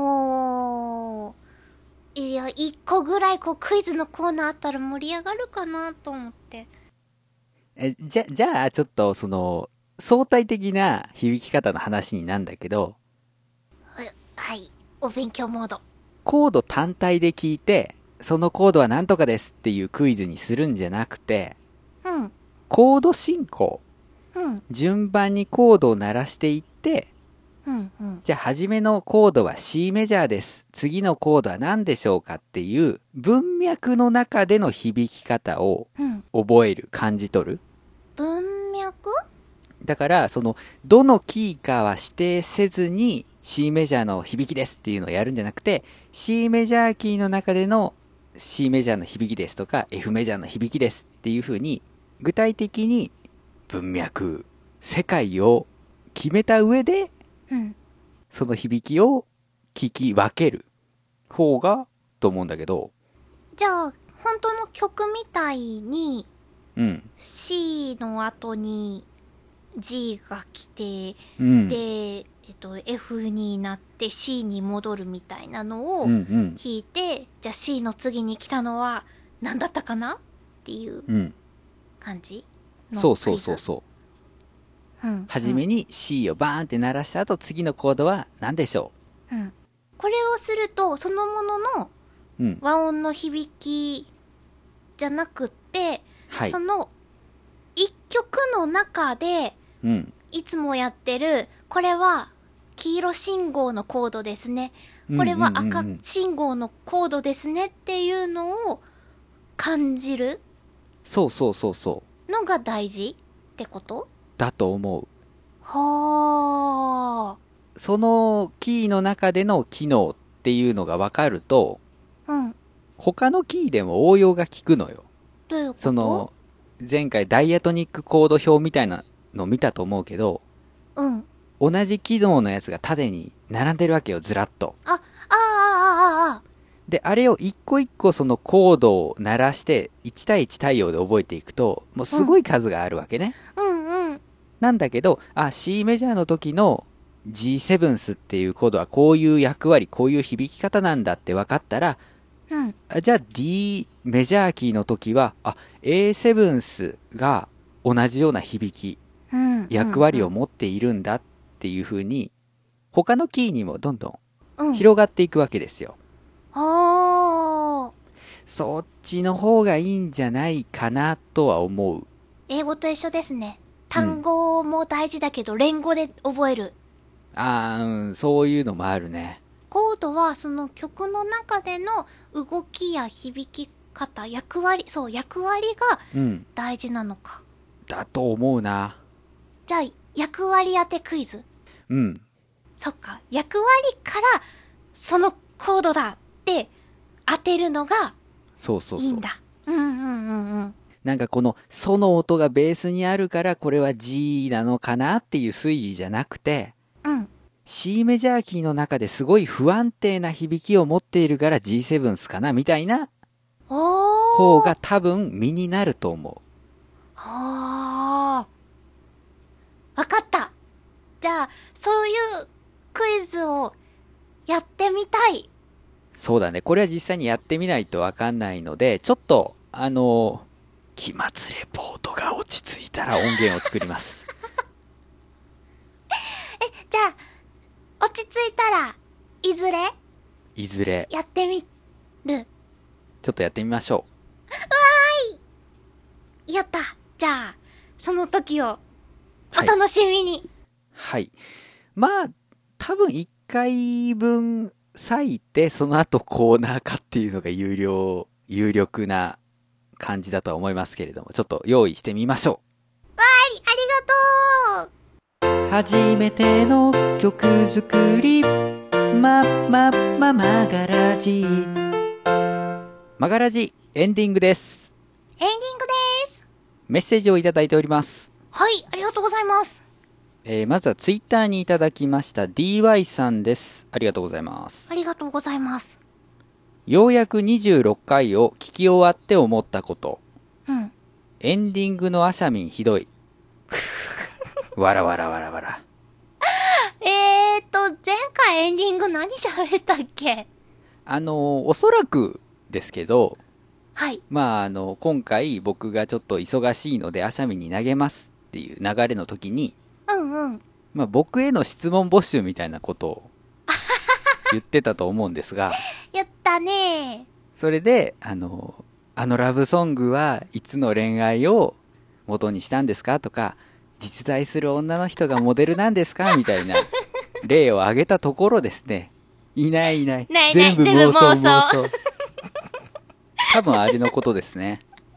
いや、一個ぐらいクイズのコーナーあったら盛り上がるかなと思って。 じゃあ、ちょっと相対的な響き方の話になんだけど、 はい、お勉強モード。 コード単体で聞いて、そのコードは何とかですっていうクイズにするんじゃなくて、コード進行。順番にコードを鳴らしていって、じゃあ初めのコードは C メジャーです。次のコードは何でしょうかっていう文脈の中での響き方を覚える、感じ取る。 文脈？ だから、どのキーかは指定せずに C メジャーの響きですっていうのをやるんじゃなくて、C メジャーキーの中での C メジャーの響きですとか F メジャーの響きですっていう風に具体的に文脈、世界を決めた上で、その響きを聞き分ける方がと思うんだけど。 じゃあ、本当の曲みたいに、C の後に G が来て、で、F になって C に戻るみたいなのを弾いて、じゃあ C の次に来たのは何だったかなっていう感じ、 そうそうそうそう。はじめに C をバーンって鳴らした後、次のコードは何でしょう。これをすると、そのものの和音の響きじゃなくって、その一曲の中で、いつもやってる、これは黄色信号のコードですね。これは赤信号のコードですねっていうのを感じる。 そうそうそうそう。 のが大事ってことだと思う。 はあ。 そのキーの中での機能っていうのが分かると、他のキーでも応用が効くのよ。 どういうこと？ 前回ダイアトニックコード表みたいなの見たと思うけど、同じ機能のやつが縦に並んでるわけよ、ずらっと。で、あれを一個一個そのコードを鳴らして1対1対応で覚えていくと、もうすごい数があるわけね。なんだけど、C メジャーの時の G7 スっていうコードはこういう役割、こういう響き方なんだって分かったら、じゃあ D メジャーキーの時は、A7 スが同じような響き、役割を持っているんだっていう風に、他のキーにもどんどん広がっていくわけですよ。そっちの方がいいんじゃないかなとは思う。 英語と一緒ですね。単語も大事だけど、連語で覚える。 そういうのもあるね。 コードはその曲の中での動きや響き方、役割が大事なのか。 だと思うな。 じゃあ、役割当てクイズ。そっか、役割からそのコードだって当てるのがいいんだ。 うんうんうんうん。 なんかこのソの音がベースにあるからこれは G なのかなっていう推理じゃなくて、 うん。 C メジャーキーの中ですごい不安定な響きを持っているから G7 かなみたいな方おー。 が多分身になると思う。 あー。わかった。じゃあ、そういうクイズをやってみたい。 そうだね。これは実際にやってみないとわかんないので、ちょっと、期末レポートが落ち着いたら音源を作ります。 じゃあ、落ち着いたら、いずれいずれ、 やってみる。 ちょっとやってみましょやった。じゃあ、その時を、 う。 お楽しみに。 はい。まあ、多分1回分割いて、その後コーナー化っていうのが有力な感じだとは思いますけれども、ちょっと用意してみましょありがとう。 う。初めての曲作り、マガラジ。マガラジ、エンディングです。 エンディングです。 メッセージをいただいております。 はい、ありがとうございます。 まずはツイッターにいただきました DY さんです。ありがとうございます。 ありがとうございます。 ようやく26回を聞き終わって思ったこと。 うん。 エンディングのアシャミンひどい。わらわらわらわら。 前回エンディング何喋ったっけ？ おそらくですけど、 はい。 まあ、今回僕がちょっと忙しいのでアシャミンに投げますっていう流れの時に、 うんうん。 まあ僕への質問募集みたいなことを言ってたと思うんですが、 やったねそれで、あのラブソングはいつの恋愛を元にしたんですかとか、実在する女の人がモデルなんですかみたいな例を挙げたところですね。いないいない。 ない全部全部妄想妄想妄想。多分あれのことですね。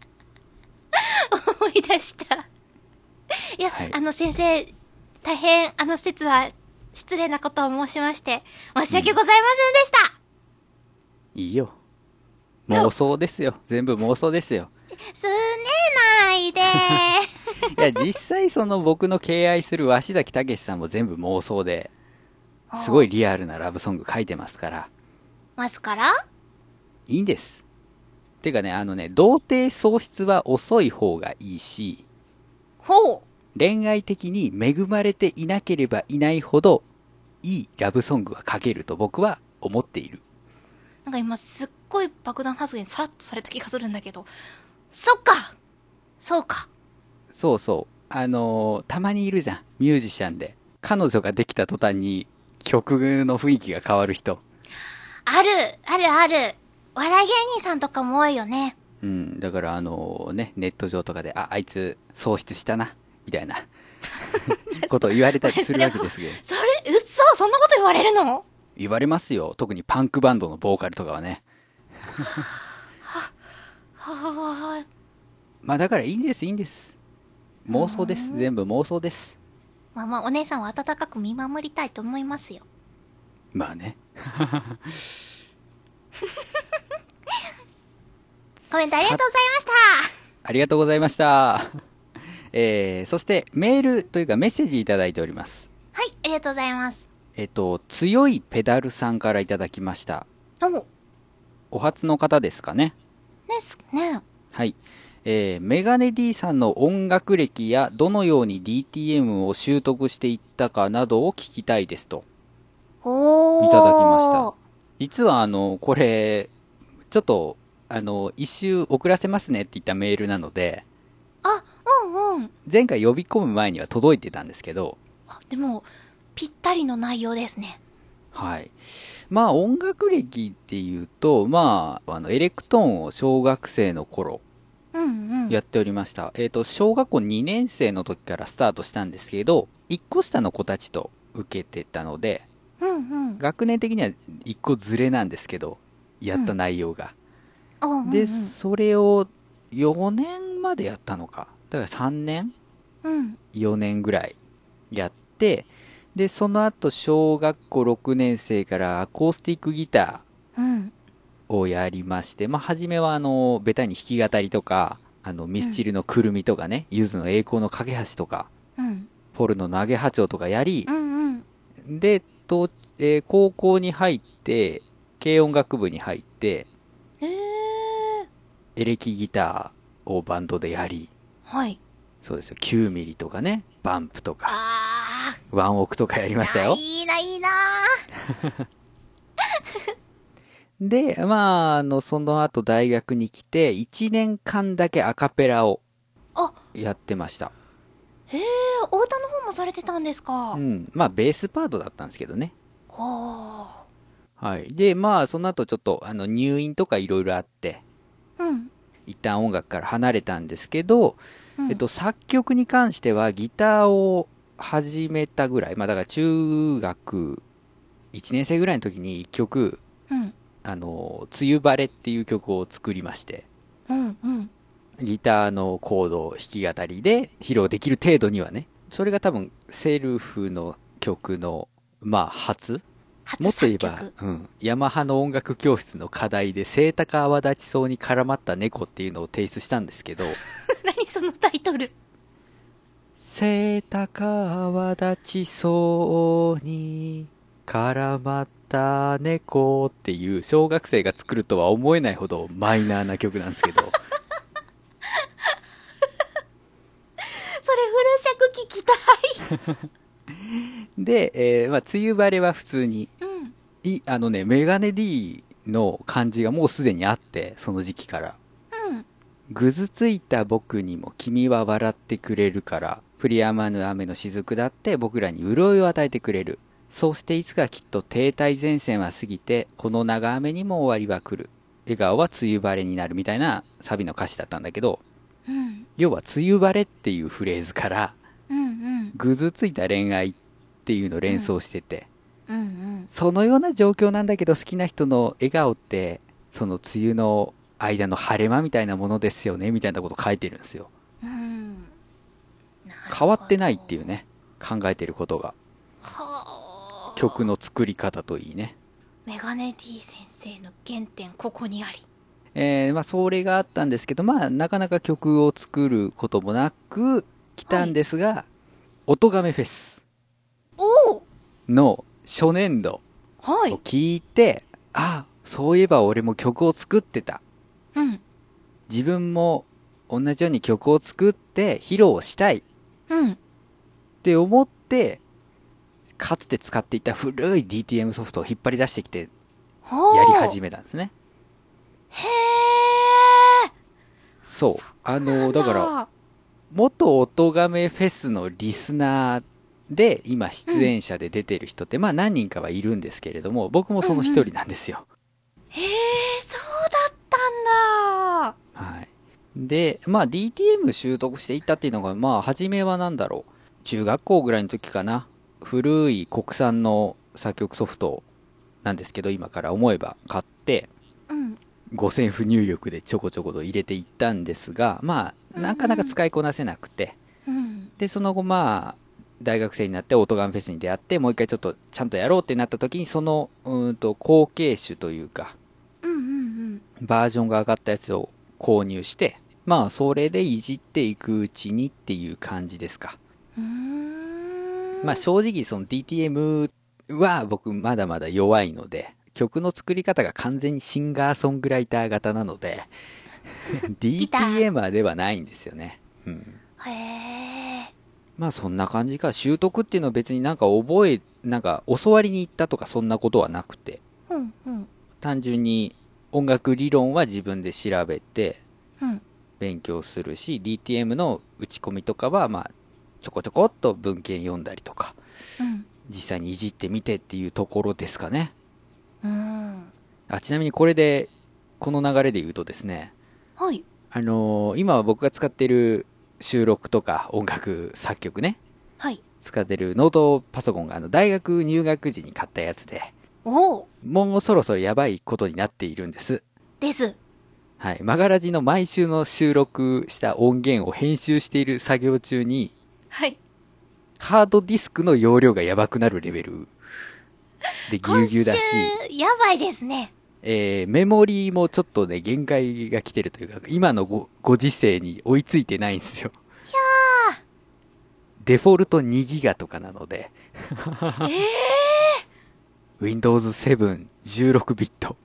思い出した。いや、 はい、 先生、大変、説は失礼なことを申しまして、申し訳ございませんでした。 いいよ。妄想ですよ。全部妄想ですよ。 すねないでいや、実際その僕の敬愛する鷲崎武さんも全部妄想で、すごいリアルなラブソング書いてますから。 ますからいいんです。てかね、童貞喪失は遅い方がいいし、 ほう。 恋愛的に恵まれていなければいないほど、いいラブソングが書けると僕は思っている。 なんか今すっごい爆弾発言さらっとされた気がするんだけど、そっかそうか。 そうそう。たまにいるじゃん。ミュージシャンで。彼女ができた途端に曲の雰囲気が変わる人。 ある、あるある。笑い芸人さんとかも多いよね。 うん。だからネット上とかで、あいつ喪失したな。みたいなことを言われたりするわけですけど。 それ、そんなこと言われるの？ 言われますよ。特にパンクバンドのボーカルとかはね。 はまあだからいいんです、いいんです。妄想です。全部妄想です。 まあまあ、お姉さんは温かく見守りたいと思いますよ。 まあね。 コメントありがとうございました。 ありがとうございました。そしてメールというかメッセージいただいております。 はい、ありがとうございます。 強いペダルさんからいただきました。お初の方ですかね。 ですね。 はい。メガネ D さんの音楽歴やどのように DTM を習得していったかなどを聞きたいですと。いただきました。実はこれ、ちょっと、一周遅らせますねって言ったメールなので、 あ、うんうん。 前回呼び込む前には届いてたんですけど、 でも、ぴったりの内容ですね。 はい。まあ音楽歴っていうと、まあ、エレクトーンを小学生の頃、やっておりました。小学校2年生の時からスタートしたんですけど、1個下の子たちと受けてたので、学年的には1個ずれなんですけど、やった内容が。で、それを4年までやったのか。だから3年、4年ぐらいやって、で、その後小学校6年生からアコースティックギターをやりまして、まあ、初めはベタに弾き語りとか、ミスチルのくるみとかね、ゆずの栄光の架け橋とか、 うん。 ポルノのアゲハチョウとかやりう、んうん。 で、高校に入って、軽音楽部に入って、 へえ。 エレキギターをバンドでやり、 はい。 そうですよ、9ミリとかね、バンプとか、 あワンオクとかやりましたー。 よ。 いいな、いいな。 で、まあ、その後大学に来て、1年間だけアカペラをあ、 やってました。 へえ、お歌の方もされてたんですか。 うん。まあ、ベースパートだったんですけどね。 ははい。で、まあ、その後ちょっと、入院とかいろいろあって、 あ。うん。 一旦音楽から離れたんですけど、 うん。 作曲に関してはギターを始めたぐらい、まあだから中学1年生ぐらいの時に一曲、 うん。 梅雨晴れっていう曲を作りまして、 うん。うん。 ギターのコード弾き語りで披露できる程度にはね、それが多分セルフの曲の、まあ初もっと言えば、ヤマハの音楽教室の課題で、セイタカアワダチソウに絡まった猫っていうのを提出したんですけど、 何そのタイトル。 セイタカアワダチソウに絡まった猫っていう小学生が作るとは思えないほどマイナーな曲なんですけど、 それフル尺聞きたい。 で、まあ、梅雨晴れは普通に、 うん。 メガネ D の感じがもうすでにあって、その時期から。 うん。 ぐずついた僕にも君は笑ってくれるから、降り止まぬ雨の雫だって僕らに潤いを与えてくれる。そうしていつかきっと停滞前線は過ぎて、この長雨にも終わりは来る。笑顔は梅雨晴れになるみたいなサビの歌詞だったんだけど、 うん。 要は梅雨晴れっていうフレーズから、 うんうん。 ぐずついた恋愛っていうのを連想してて、 うんうん。 そのような状況なんだけど好きな人の笑顔って、その梅雨の間の晴れ間みたいなものですよね、みたいなこと書いてるんですよ。 うん。 変わってないっていうね、考えてることが。 はあ。 曲の作り方といいね。 メガネ D 先生の原点ここにあり。 まあそれがあったんですけど、まあなかなか曲を作ることもなく来たんですが、音亀フェスおお。 の初年度はいを。聞いて、あ、そういえば俺も曲を作ってた。 うん。 自分も同じように曲を作って披露したいっうん。 て思って、かつて使っていた古い DTM ソフトを引っ張り出してきてやり始めたんですね。 へえ。 そう。だから、元音亀フェスのリスナーで今出演者で出てる人って、まあ何人かはいるんですけれども、僕もその一人なんですよ。 へえ、そうだったんだ。 はい。で、まあ DTM 習得していったっていうのが、まあ初めはなんだろう。中学校ぐらいの時かな。古い国産の作曲ソフトなんですけど、今から思えば買って、 うん。 5000不入力でちょこちょこと入れていったんですが、まあ、なかなか使いこなせなくて、 うん。 で、その後まあ、大学生になってオートガンフェスに出会って、もう一回ちょっとちゃんとやろうってなった時に、その、後継種というか、 うんうんバージョンが上がったやつを購入して、まあ、それでいじっていくうちにっていう感じですか。まあ、正直その DTM は僕まだまだ弱いので、曲の作り方が完全にシンガーソングライター型なので、DTMer ではないんですよね。うん。 へえ。 まあそんな感じか。習得っていうのは別になんかなんか教わりに行ったとかそんなことはなくて、 うんうん。 単純に音楽理論は自分で調べてうん。 勉強するし、DTM の打ち込みとかはまあちょこちょこっと文献読んだりとか、 うん。 実際にいじってみてっていうところですかね。 うん。 ちなみにこれで、この流れで言うとですね、 はい。 今は僕が使ってる収録とか音楽作曲ね、 はい。 使ってるノートパソコンが大学入学時に買ったやつで、 おお。 もうそろそろやばいことになっているんです。 です。 はい。マガラジの毎週の収録した音源を編集している作業中に、 はい。 ハードディスクの容量がやばくなるレベルでぎゅうぎゅうだし、 今週やばいですね。 メモリーもちょっとね、限界が来てるというか、今のご時世に追いついてないんですよ。デフォルト2ギガとかなので。Windows 7 16ビット。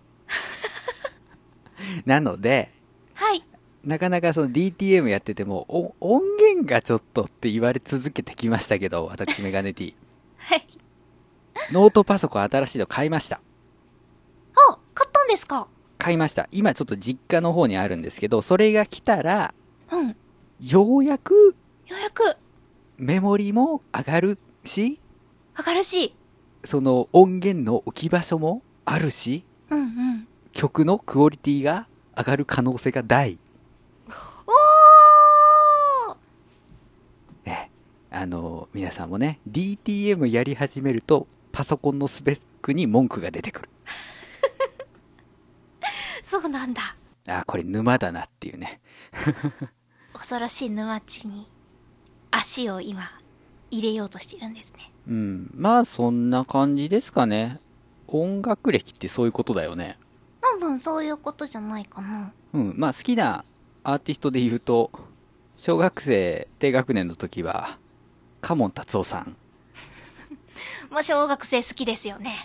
なので、 はい。 なかなかその DTM やってても、音源がちょっとって言われ続けてきましたけど、私メガネ D。 はい。 ノートパソコン新しいの買いました。 あ、買ったんですか？ 買いました。今ちょっと実家の方にあるんですけど、それが来たら、 うん。 ようやく、 上メモリも上がるし、 がるし。 その音源の置き場所もあるし、 うんうん。 曲のクオリティが上がる可能性が大。 おー！ 皆さんもね、DTM やり始めると、パソコンのスペックに文句が出てくる。 そうなんだ。 これ沼だなっていうね。 恐ろしい沼地に足を今入れようとしてるんですね。 うん。まあ、そんな感じですかね。音楽歴ってそういうことだよね。 多分そういうことじゃないかな。 うん。まあ、好きなアーティストで言うと、小学生低学年の時は、カモン達夫さん。 まあ、小学生好きですよね。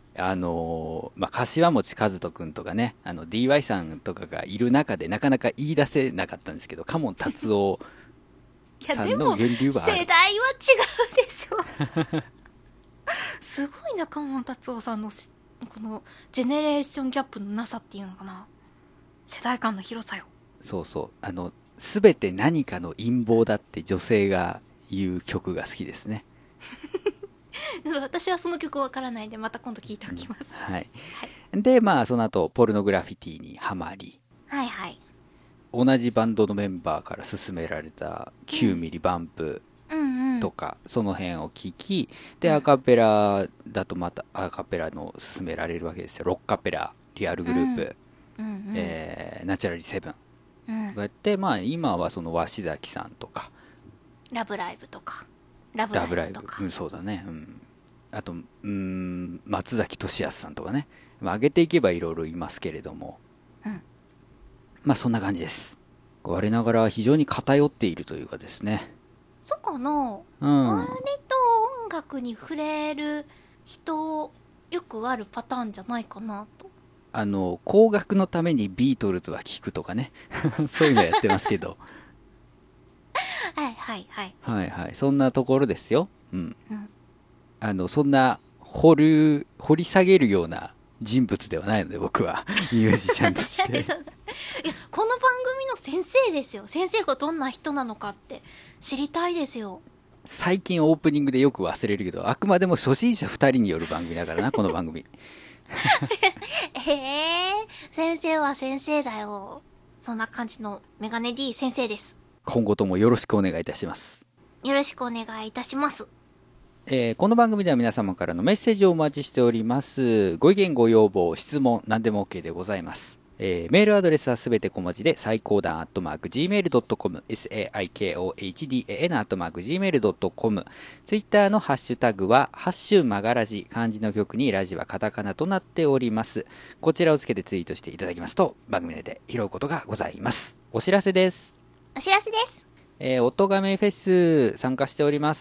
柏餅和人くんとかね、DY さんとかがいる中でなかなか言い出せなかったんですけど、カモン達夫さんの源流はある。 世代は違うでしょ。すごいな、カモン達夫さんのこのジェネレーションギャップのなさっていうのかな。世代間の広さよ。 そうそう。すべて何かの陰謀だって女性が言う曲が好きですね。 私はその曲わからないんで、また今度聞いておきます。 はい。で、まあ、その後、ポルノグラフィティにハマり、 はいはい。 同じバンドのメンバーから勧められた9ミリバンプうんうん。 とか、その辺を聞き、で、アカペラだとまたアカペラの勧められるわけですよ。ロッカペラ、リアルグループ、 うんうん。 ナチュラリセブン。 うんこうやって、まあ、今はその鷲崎さんとか、 ラブライブとか。ラブラブライブライブとか。 うん、そうだね。うん。あと、松崎俊康さんとかね。まあ、上げていけばいろいろいますけれども。 うんまあ、そんな感じです。我ながら非常に偏っているというかですね。 そっかな、 うん。 割と音楽に触れる人、よくあるパターンじゃないかなと。 高額のためにビートルズは聴くとかね。そういうのやってますけど。 はいはいはい。 はいはい。そんなところですよ。うん。 うん。 そんな、掘り下げるような人物ではないので、僕は。ミュージシャンとして。 いや、この番組の先生ですよ。先生がどんな人なのかって知りたいですよ。 最近オープニングでよく忘れるけど、あくまでも初心者2人による番組だからな、この番組。 先生は先生だよ。そんな感じのメガネ D 先生です。 今後ともよろしくお願いいたします。 よろしくお願いいたします。 この番組では皆様からのメッセージをお待ちしております。ご意見、ご要望、質問、何でも OK でございます。メールアドレスはすべて小文字で、最高段@gmail.com、saikohdan@gmail.com。ツイッターのハッシュタグは、ハッシュマガラジ、漢字の曲にラジはカタカナとなっております。こちらをつけてツイートしていただきますと、番組内で拾うことがございます。お知らせです。 お知らせです。 おとがめフェス参加しております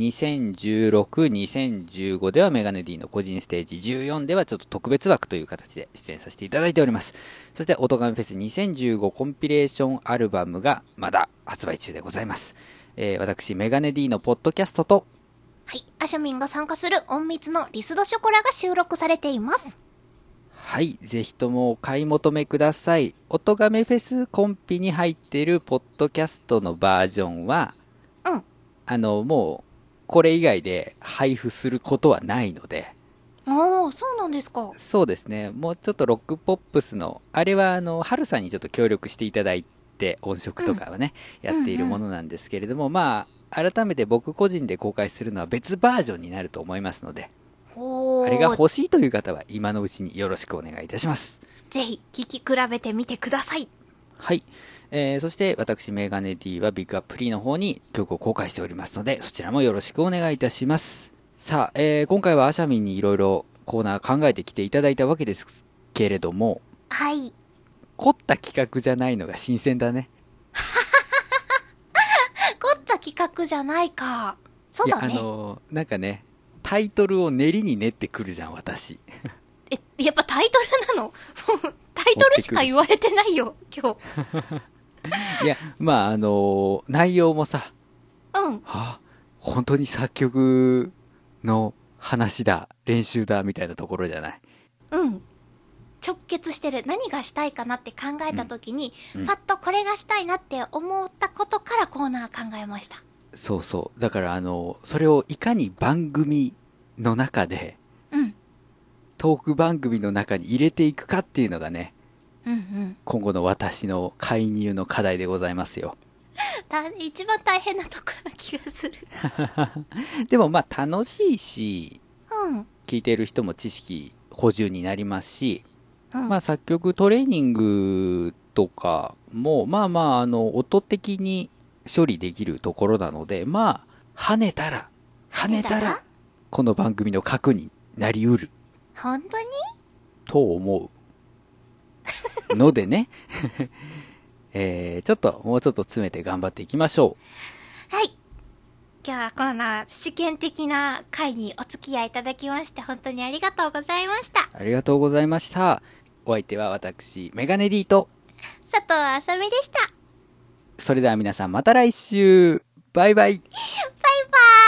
。2016、2015ではメガネ D の個人ステージ、14ではちょっと特別枠という形で出演させていただいております。そしておとがめフェス2015コンピレーションアルバムがまだ発売中でございます。私、メガネ D のポッドキャストと、 はい、アシャミンが参加する隠密のリスドショコラが収録されています。 はい。ぜひともお買い求めください。おとがめフェスコンピに入っているポッドキャストのバージョンは、 うん。 もう、これ以外で配布することはないので。 ああ、そうなんですか。 そうですね。もうちょっとロックポップスの、あれはハルさんにちょっと協力していただいて、音色とかはね、やっているものなんですけれども、まあ、改めて僕個人で公開するのは別バージョンになると思いますので、あれが欲しいという方は今のうちによろしくお願いいたします。 ぜひ聴き比べてみてください。 はい。そして私メガネ D はビッグアップリの方に曲を公開しておりますので、そちらもよろしくお願いいたします。さあ、今回はアシャミンにいろいろコーナー考えてきていただいたわけですけれども、 はい。 凝った企画じゃないのが新鮮だね。 凝った企画じゃないか。そうだね。 いや、なんかね、タイトルを練りに練ってくるじゃん、私。 やっぱタイトルなの？もうタイトルしか言われてないよ、今日。 いや、まあ、内容もさ、 うん。 はあ、本当に作曲の話だ、練習だ、みたいなところじゃない。 うん。直結してる。何がしたいかなって考えた時に、 うんパッとこれがしたいなって思ったことからコーナー考えました。 そうそう。だから、それをいかに番組の中で、 うん。 トーク番組の中に入れていくかっていうのがね、 うんうん。 今後の私の介入の課題でございますよ。 一番大変なとこな気がする。 でもまあ楽しいし、 うん。 聞いてる人も知識補充になりますし、 うん。 まあ作曲トレーニングとかも、まあまあ音的に処理できるところなので、まあ、跳ねたら、この番組の核になりうる本当に？ と思うのでね、ちょっと、もうちょっと詰めて頑張っていきましょはい。今日はこんな試験的な回にお付き合いいただきまして本当にありがとうございました。 う。ありがとうございました。お相手は私、メガネ D と、 佐藤あさみでした。 それでは皆さんまた来週バイバイバイバーイ。